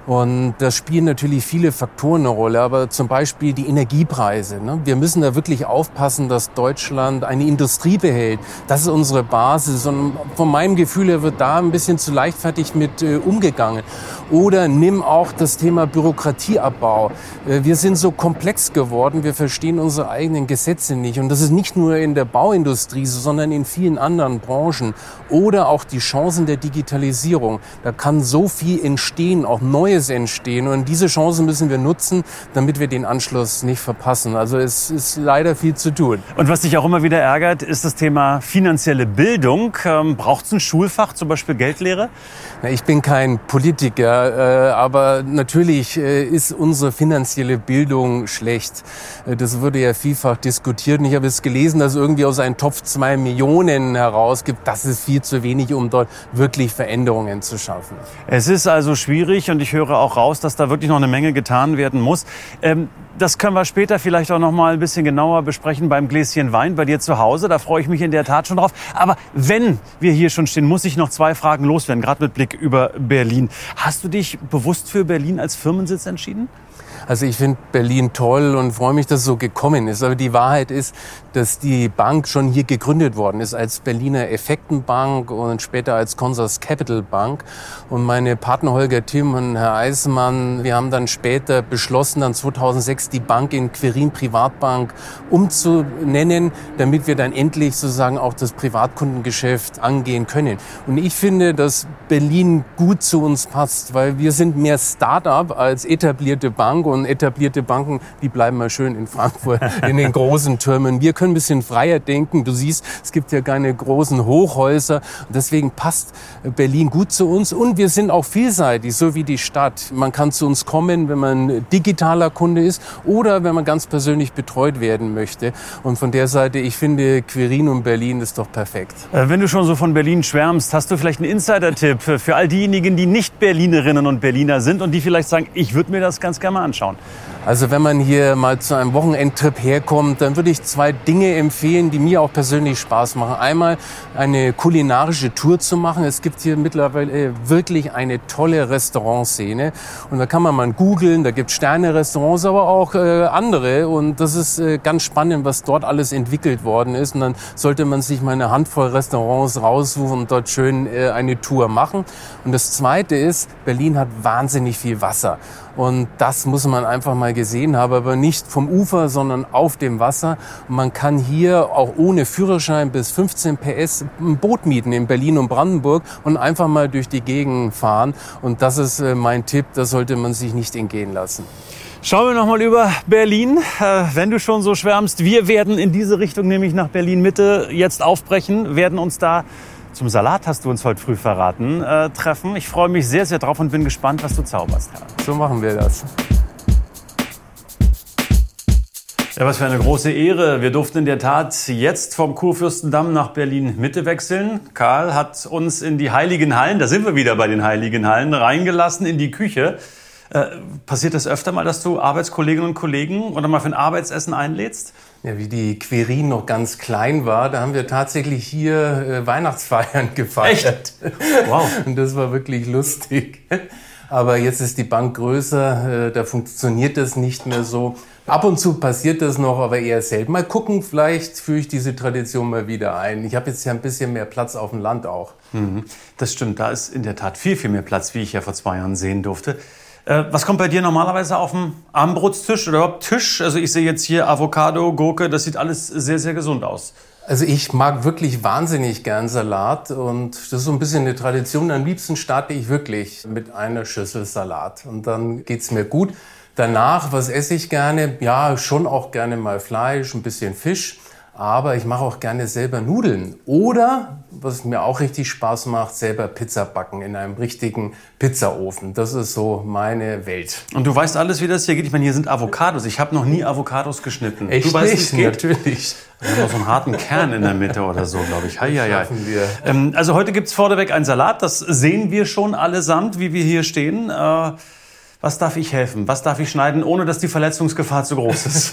Und da spielen natürlich viele Faktoren eine Rolle, aber zum Beispiel die Energiepreise. Ne? Wir müssen da wirklich aufpassen, dass Deutschland eine Industrie behält. Das ist unsere Basis. Und von meinem Gefühl her wird da ein bisschen zu leichtfertig mit äh, umgegangen. Oder nimm auch das Thema Bürokratieabbau. Äh, wir sind so komplex geworden, wir verstehen unsere eigenen Gesetze nicht. Und das ist nicht nur in der Bauindustrie, sondern in vielen anderen Branchen. Oder auch die Chancen der Digitalisierung. Da kann so viel entstehen, auch neue entstehen. Und diese Chancen müssen wir nutzen, damit wir den Anschluss nicht verpassen. Also es ist leider viel zu tun. Und was dich auch immer wieder ärgert, ist das Thema finanzielle Bildung. Ähm, braucht es ein Schulfach, zum Beispiel Geldlehre? Na, ich bin kein Politiker, äh, aber natürlich äh, ist unsere finanzielle Bildung schlecht. Äh, das wurde ja vielfach diskutiert. Und ich habe es gelesen, dass irgendwie aus einem Topf zwei Millionen herausgibt. Das ist viel zu wenig, um dort wirklich Veränderungen zu schaffen. Es ist also schwierig und ich höre auch raus, dass da wirklich noch eine Menge getan werden muss. Ähm, das können wir später vielleicht auch noch mal ein bisschen genauer besprechen beim Gläschen Wein bei dir zu Hause. Da freue ich mich in der Tat schon drauf. Aber wenn wir hier schon stehen, muss ich noch zwei Fragen loswerden, gerade mit Blick über Berlin. Hast du dich bewusst für Berlin als Firmensitz entschieden? Also ich finde Berlin toll und freue mich, dass es so gekommen ist. Aber die Wahrheit ist, dass die Bank schon hier gegründet worden ist als Berliner Effektenbank und später als Consors Capital Bank. Und meine Partner Holger Timm und Herr Eismann, wir haben dann später beschlossen, dann zweitausendsechs die Bank in Quirin Privatbank umzunennen, damit wir dann endlich sozusagen auch das Privatkundengeschäft angehen können. Und ich finde, dass Berlin gut zu uns passt, weil wir sind mehr Start-up als etablierte Bank. Und etablierte Banken, die bleiben mal schön in Frankfurt in den großen Türmen. Wir können ein bisschen freier denken. Du siehst, es gibt ja keine großen Hochhäuser. Und deswegen passt Berlin gut zu uns. Und wir sind auch vielseitig, so wie die Stadt. Man kann zu uns kommen, wenn man digitaler Kunde ist oder wenn man ganz persönlich betreut werden möchte. Und von der Seite, ich finde, Quirin und Berlin ist doch perfekt. Wenn du schon so von Berlin schwärmst, hast du vielleicht einen Insider-Tipp für all diejenigen, die nicht Berlinerinnen und Berliner sind und die vielleicht sagen, ich würde mir das ganz gerne mal anschauen? Also wenn man hier mal zu einem Wochenendtrip herkommt, dann würde ich zwei Dinge empfehlen, die mir auch persönlich Spaß machen. Einmal eine kulinarische Tour zu machen. Es gibt hier mittlerweile wirklich eine tolle Restaurantszene. Und da kann man mal googeln, da gibt es Sterne-Restaurants, aber auch äh, andere. Und das ist äh, ganz spannend, was dort alles entwickelt worden ist. Und dann sollte man sich mal eine Handvoll Restaurants raussuchen und dort schön äh, eine Tour machen. Und das Zweite ist, Berlin hat wahnsinnig viel Wasser. Und das muss man einfach mal gesehen haben, aber nicht vom Ufer, sondern auf dem Wasser. Und man kann hier auch ohne Führerschein bis fünfzehn P S ein Boot mieten in Berlin und Brandenburg und einfach mal durch die Gegend fahren. Und das ist mein Tipp, das sollte man sich nicht entgehen lassen. Schauen wir noch mal über Berlin, äh, wenn du schon so schwärmst. Wir werden in diese Richtung, nämlich nach Berlin-Mitte, jetzt aufbrechen, werden uns da zum Salat, hast du uns heute früh verraten, äh, treffen. Ich freue mich sehr, sehr drauf und bin gespannt, was du zauberst. So machen wir das. Ja, was für eine große Ehre. Wir durften in der Tat jetzt vom Kurfürstendamm nach Berlin-Mitte wechseln. Karl hat uns in die Heiligen Hallen, da sind wir wieder bei den Heiligen Hallen, reingelassen in die Küche. Äh, passiert das öfter mal, dass du Arbeitskolleginnen und Kollegen oder mal für ein Arbeitsessen einlädst? Ja, wie die Quirin noch ganz klein war, da haben wir tatsächlich hier äh, Weihnachtsfeiern gefeiert. Echt? Wow. Und das war wirklich lustig. Aber jetzt ist die Bank größer, äh, da funktioniert das nicht mehr so. Ab und zu passiert das noch, aber eher selten. Mal gucken, vielleicht führe ich diese Tradition mal wieder ein. Ich habe jetzt ja ein bisschen mehr Platz auf dem Land auch. Mhm. Das stimmt, da ist in der Tat viel, viel mehr Platz, wie ich ja vor zwei Jahren sehen durfte. Was kommt bei dir normalerweise auf dem Abendbrotstisch oder überhaupt Tisch? Also ich sehe jetzt hier Avocado, Gurke, das sieht alles sehr, sehr gesund aus. Also ich mag wirklich wahnsinnig gern Salat und das ist so ein bisschen eine Tradition. Am liebsten starte ich wirklich mit einer Schüssel Salat und dann geht's mir gut. Danach, was esse ich gerne? Ja, schon auch gerne mal Fleisch, ein bisschen Fisch. Aber ich mache auch gerne selber Nudeln. Oder, was mir auch richtig Spaß macht, selber Pizza backen in einem richtigen Pizzaofen. Das ist so meine Welt. Und du weißt alles, wie das hier geht? Ich meine, hier sind Avocados. Ich habe noch nie Avocados geschnitten. Echt du weißt, nicht? Wie es geht? Natürlich. Wir haben noch so einen harten Kern in der Mitte oder so, glaube ich. Hei, hei, hei. Schaffen wir. Ähm, also heute gibt's vorneweg einen Salat. Das sehen wir schon allesamt, wie wir hier stehen. Äh, was darf ich helfen? Was darf ich schneiden, ohne dass die Verletzungsgefahr zu groß ist?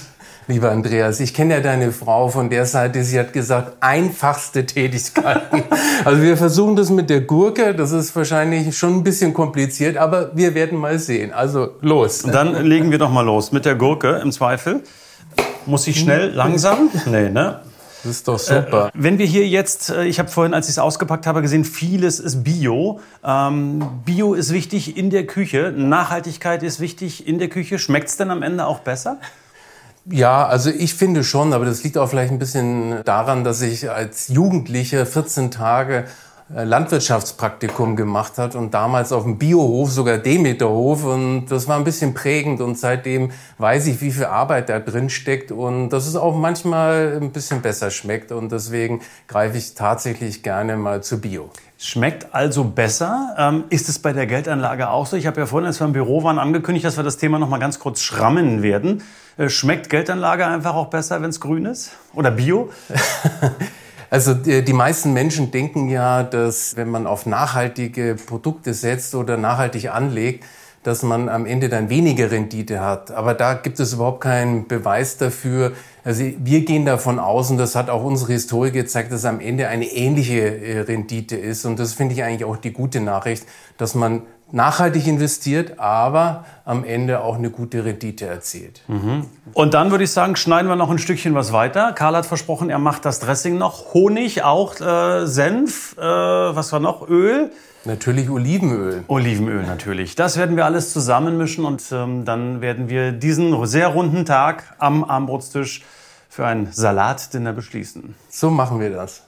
lieber Andreas. Ich kenne ja deine Frau von der Seite. Sie hat gesagt, einfachste Tätigkeiten. Also wir versuchen das mit der Gurke. Das ist wahrscheinlich schon ein bisschen kompliziert, aber wir werden mal sehen. Also los. Und dann legen wir doch mal los mit der Gurke im Zweifel. Muss ich schnell, langsam? Nee, ne? Das ist doch super. Äh, wenn wir hier jetzt, ich habe vorhin, als ich es ausgepackt habe, gesehen, vieles ist Bio. Ähm, Bio ist wichtig in der Küche. Nachhaltigkeit ist wichtig in der Küche. Schmeckt es denn am Ende auch besser? Ja, also ich finde schon, aber das liegt auch vielleicht ein bisschen daran, dass ich als Jugendlicher vierzehn Tage Landwirtschaftspraktikum gemacht hat und damals auf dem Biohof, sogar Demeterhof, und das war ein bisschen prägend und seitdem weiß ich, wie viel Arbeit da drin steckt und dass es auch manchmal ein bisschen besser schmeckt und deswegen greife ich tatsächlich gerne mal zu Bio. Schmeckt also besser. Ähm, ist es bei der Geldanlage auch so? Ich habe ja vorhin, als wir im Büro waren, angekündigt, dass wir das Thema noch mal ganz kurz schrammen werden. Äh, schmeckt Geldanlage einfach auch besser, wenn es grün ist? Oder Bio? Also die meisten Menschen denken ja, dass wenn man auf nachhaltige Produkte setzt oder nachhaltig anlegt, dass man am Ende dann weniger Rendite hat. Aber da gibt es überhaupt keinen Beweis dafür. Also wir gehen davon aus, und das hat auch unsere Historie gezeigt, dass am Ende eine ähnliche Rendite ist. Und das finde ich eigentlich auch die gute Nachricht, dass man nachhaltig investiert, aber am Ende auch eine gute Rendite erzielt. Mhm. Und dann würde ich sagen, schneiden wir noch ein Stückchen was weiter. Karl hat versprochen, er macht das Dressing noch. Honig, auch äh, Senf, äh, was war noch? Öl? Natürlich Olivenöl. Olivenöl natürlich. Das werden wir alles zusammenmischen und ähm, dann werden wir diesen sehr runden Tag am Armbrotstisch für ein Salatdinner beschließen. So machen wir das.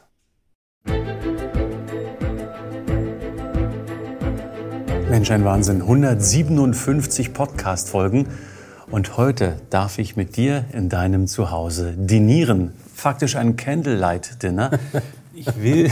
Mensch, ein Wahnsinn. hundertsiebenundfünfzig Podcast-Folgen. Und heute darf ich mit dir in deinem Zuhause dinieren. Faktisch ein Candlelight-Dinner. Ich will...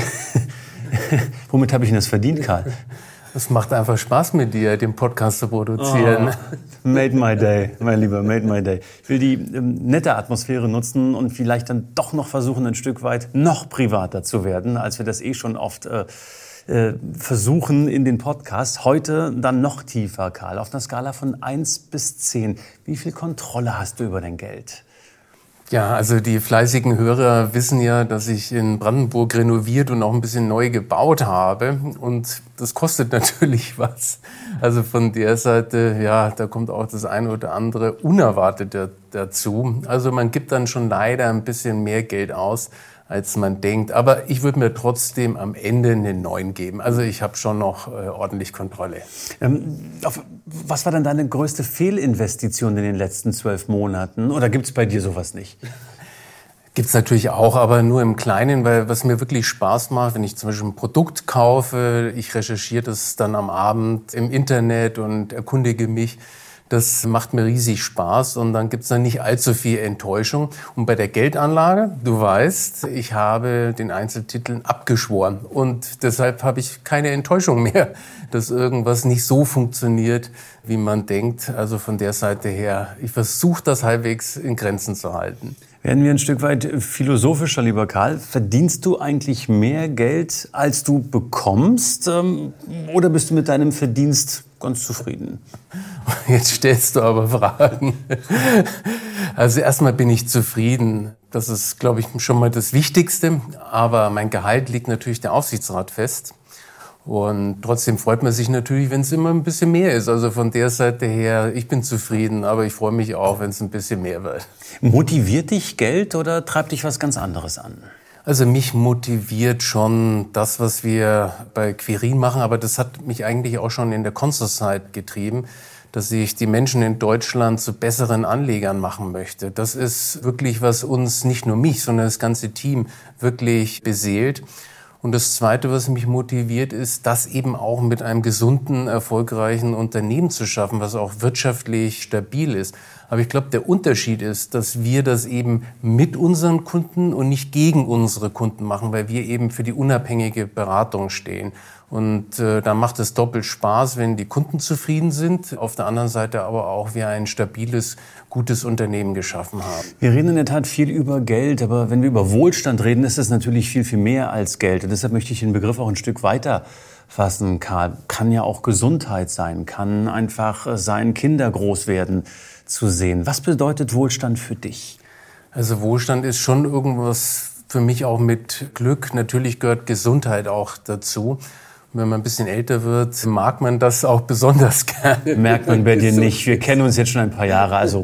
Womit habe ich denn das verdient, Karl? Es macht einfach Spaß mit dir, den Podcast zu produzieren. Oh, made my day, mein Lieber, made my day. Ich will die ähm, nette Atmosphäre nutzen und vielleicht dann doch noch versuchen, ein Stück weit noch privater zu werden, als wir das eh schon oft äh, äh, versuchen in den Podcasts. Heute dann noch tiefer, Karl, auf einer Skala von eins bis zehn. Wie viel Kontrolle hast du über dein Geld? Ja, also die fleißigen Hörer wissen ja, dass ich in Brandenburg renoviert und auch ein bisschen neu gebaut habe. Und das kostet natürlich was. Also von der Seite, ja, da kommt auch das eine oder andere Unerwartete dazu. Also man gibt dann schon leider ein bisschen mehr Geld aus, als man denkt. Aber ich würde mir trotzdem am Ende eine neun geben. Also ich habe schon noch äh, ordentlich Kontrolle. Ähm, auf, was war denn deine größte Fehlinvestition in den letzten zwölf Monaten? Oder gibt es bei dir sowas nicht? Gibt's natürlich auch, aber nur im Kleinen, weil was mir wirklich Spaß macht, wenn ich zum Beispiel ein Produkt kaufe, ich recherchiere das dann am Abend im Internet und erkundige mich. Das macht mir riesig Spaß und dann gibt's dann nicht allzu viel Enttäuschung. Und bei der Geldanlage, du weißt, ich habe den Einzeltiteln abgeschworen und deshalb habe ich keine Enttäuschung mehr, dass irgendwas nicht so funktioniert, wie man denkt. Also von der Seite her, ich versuche das halbwegs in Grenzen zu halten. Werden wir ein Stück weit philosophischer, lieber Karl. Verdienst du eigentlich mehr Geld, als du bekommst? Oder bist du mit deinem Verdienst ganz zufrieden? Jetzt stellst du aber Fragen. Also erstmal bin ich zufrieden. Das ist, glaube ich, schon mal das Wichtigste. Aber mein Gehalt liegt natürlich der Aufsichtsrat fest. Und trotzdem freut man sich natürlich, wenn es immer ein bisschen mehr ist. Also von der Seite her, ich bin zufrieden, aber ich freue mich auch, wenn es ein bisschen mehr wird. Motiviert dich Geld oder treibt dich was ganz anderes an? Also mich motiviert schon das, was wir bei Quirin machen, aber das hat mich eigentlich auch schon in der Consor-Site getrieben, dass ich die Menschen in Deutschland zu besseren Anlegern machen möchte. Das ist wirklich, was uns, nicht nur mich, sondern das ganze Team wirklich beseelt. Und das Zweite, was mich motiviert, ist, das eben auch mit einem gesunden, erfolgreichen Unternehmen zu schaffen, was auch wirtschaftlich stabil ist. Aber ich glaube, der Unterschied ist, dass wir das eben mit unseren Kunden und nicht gegen unsere Kunden machen, weil wir eben für die unabhängige Beratung stehen. Und äh, da macht es doppelt Spaß, wenn die Kunden zufrieden sind, auf der anderen Seite aber auch wir ein stabiles, gutes Unternehmen geschaffen haben. Wir reden in der Tat viel über Geld, aber wenn wir über Wohlstand reden, ist es natürlich viel, viel mehr als Geld. Und deshalb möchte ich den Begriff auch ein Stück weiter fassen, Karl. Kann ja auch Gesundheit sein, kann einfach sein, Kinder groß werden zu sehen. Was bedeutet Wohlstand für dich? Also Wohlstand ist schon irgendwas für mich auch mit Glück. Natürlich gehört Gesundheit auch dazu. Wenn man ein bisschen älter wird, mag man das auch besonders gerne. Merkt man bei dir nicht. Wir kennen uns jetzt schon ein paar Jahre, also.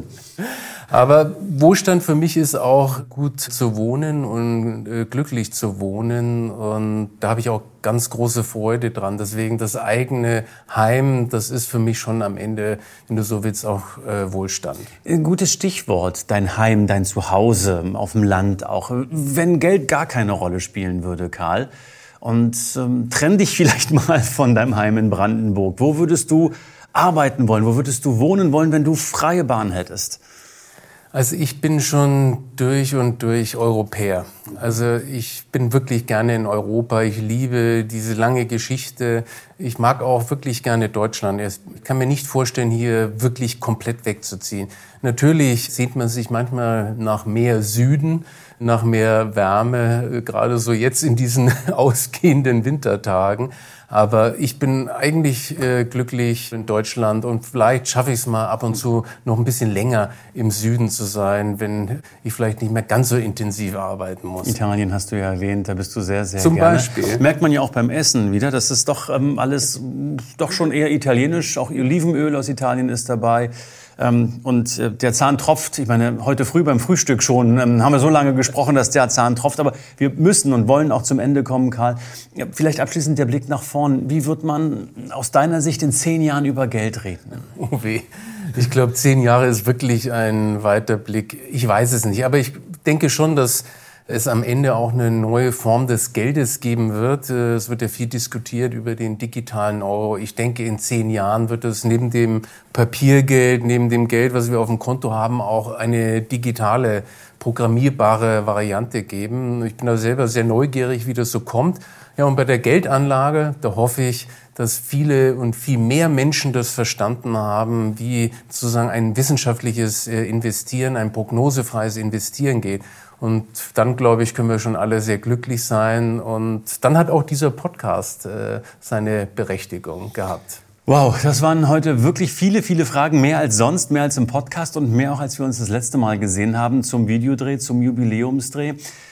Aber Wohlstand für mich ist auch gut zu wohnen und äh, glücklich zu wohnen. Und da habe ich auch ganz große Freude dran. Deswegen das eigene Heim, das ist für mich schon am Ende, wenn du so willst, auch äh, Wohlstand. Ein gutes Stichwort, dein Heim, dein Zuhause auf dem Land auch. Wenn Geld gar keine Rolle spielen würde, Karl, und ähm, trenn dich vielleicht mal von deinem Heim in Brandenburg. Wo würdest du arbeiten wollen? Wo würdest du wohnen wollen, wenn du freie Bahn hättest? Also ich bin schon durch und durch Europäer. Also ich bin wirklich gerne in Europa. Ich liebe diese lange Geschichte. Ich mag auch wirklich gerne Deutschland. Ich kann mir nicht vorstellen, hier wirklich komplett wegzuziehen. Natürlich sehnt man sich manchmal nach mehr Süden, nach mehr Wärme, gerade so jetzt in diesen ausgehenden Wintertagen. Aber ich bin eigentlich äh, glücklich in Deutschland und vielleicht schaffe ich es mal ab und zu noch ein bisschen länger im Süden zu sein, wenn ich vielleicht nicht mehr ganz so intensiv arbeiten muss. Italien hast du ja erwähnt, da bist du sehr, sehr Zum gerne. Beispiel. Merkt man ja auch beim Essen wieder, das ist doch ähm, alles doch schon eher italienisch. Auch Olivenöl aus Italien ist dabei. Ähm, und äh, der Zahn tropft. Ich meine, heute früh beim Frühstück schon ähm, haben wir so lange gesprochen, dass der Zahn tropft. Aber wir müssen und wollen auch zum Ende kommen, Karl. Ja, vielleicht abschließend der Blick nach vorn. Wie wird man aus deiner Sicht in zehn Jahren über Geld reden? Oh weh. Ich glaube, zehn Jahre ist wirklich ein weiter Blick. Ich weiß es nicht. Aber ich denke schon, dass es am Ende auch eine neue Form des Geldes geben wird. Es wird ja viel diskutiert über den digitalen Euro. Ich denke, in zehn Jahren wird es neben dem Papiergeld, neben dem Geld, was wir auf dem Konto haben, auch eine digitale, programmierbare Variante geben. Ich bin da selber sehr neugierig, wie das so kommt. Ja, und bei der Geldanlage, da hoffe ich, dass viele und viel mehr Menschen das verstanden haben, wie sozusagen ein wissenschaftliches Investieren, ein prognosefreies Investieren geht. Und dann, glaube ich, können wir schon alle sehr glücklich sein. Und dann hat auch dieser Podcast äh, seine Berechtigung gehabt. Wow, das waren heute wirklich viele, viele Fragen, mehr als sonst, mehr als im Podcast und mehr auch, als wir uns das letzte Mal gesehen haben zum Videodreh, zum Jubiläumsdreh.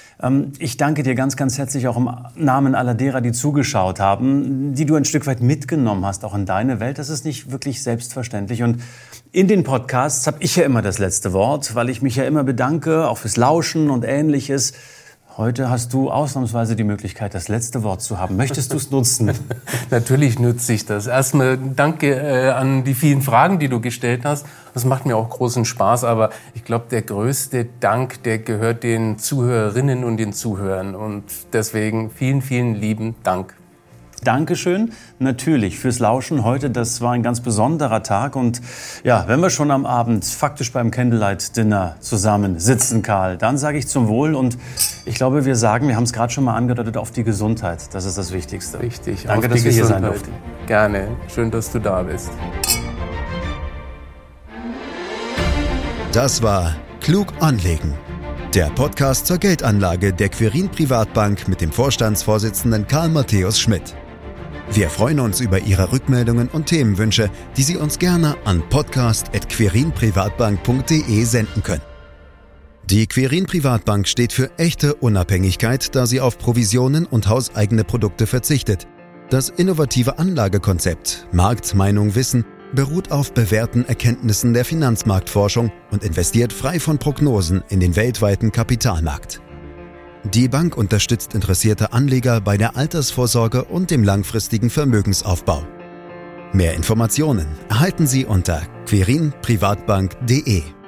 Ich danke dir ganz, ganz herzlich auch im Namen aller derer, die zugeschaut haben, die du ein Stück weit mitgenommen hast, auch in deine Welt. Das ist nicht wirklich selbstverständlich. Und in den Podcasts habe ich ja immer das letzte Wort, weil ich mich ja immer bedanke, auch fürs Lauschen und Ähnliches. Heute hast du ausnahmsweise die Möglichkeit, das letzte Wort zu haben. Möchtest du es nutzen? Natürlich nutze ich das. Erstmal danke äh, an die vielen Fragen, die du gestellt hast. Das macht mir auch großen Spaß. Aber ich glaube, der größte Dank, der gehört den Zuhörerinnen und den Zuhörern. Und deswegen vielen, vielen lieben Dank. Dankeschön, natürlich, fürs Lauschen heute. Das war ein ganz besonderer Tag. Und ja, wenn wir schon am Abend faktisch beim Candlelight-Dinner zusammen sitzen, Karl, dann sage ich zum Wohl. Und ich glaube, wir sagen, wir haben es gerade schon mal angedeutet, auf die Gesundheit. Das ist das Wichtigste. Richtig, danke, auf dass die wir hier Gesundheit. sein durften. Gerne, schön, dass du da bist. Das war Klug anlegen. Der Podcast zur Geldanlage der Quirin Privatbank mit dem Vorstandsvorsitzenden Karl Matthäus Schmidt. Wir freuen uns über Ihre Rückmeldungen und Themenwünsche, die Sie uns gerne an podcast at quirin privatbank punkt de senden können. Die Quirin Privatbank steht für echte Unabhängigkeit, da sie auf Provisionen und hauseigene Produkte verzichtet. Das innovative Anlagekonzept Markt, Meinung, Wissen beruht auf bewährten Erkenntnissen der Finanzmarktforschung und investiert frei von Prognosen in den weltweiten Kapitalmarkt. Die Bank unterstützt interessierte Anleger bei der Altersvorsorge und dem langfristigen Vermögensaufbau. Mehr Informationen erhalten Sie unter quirin privatbank punkt de.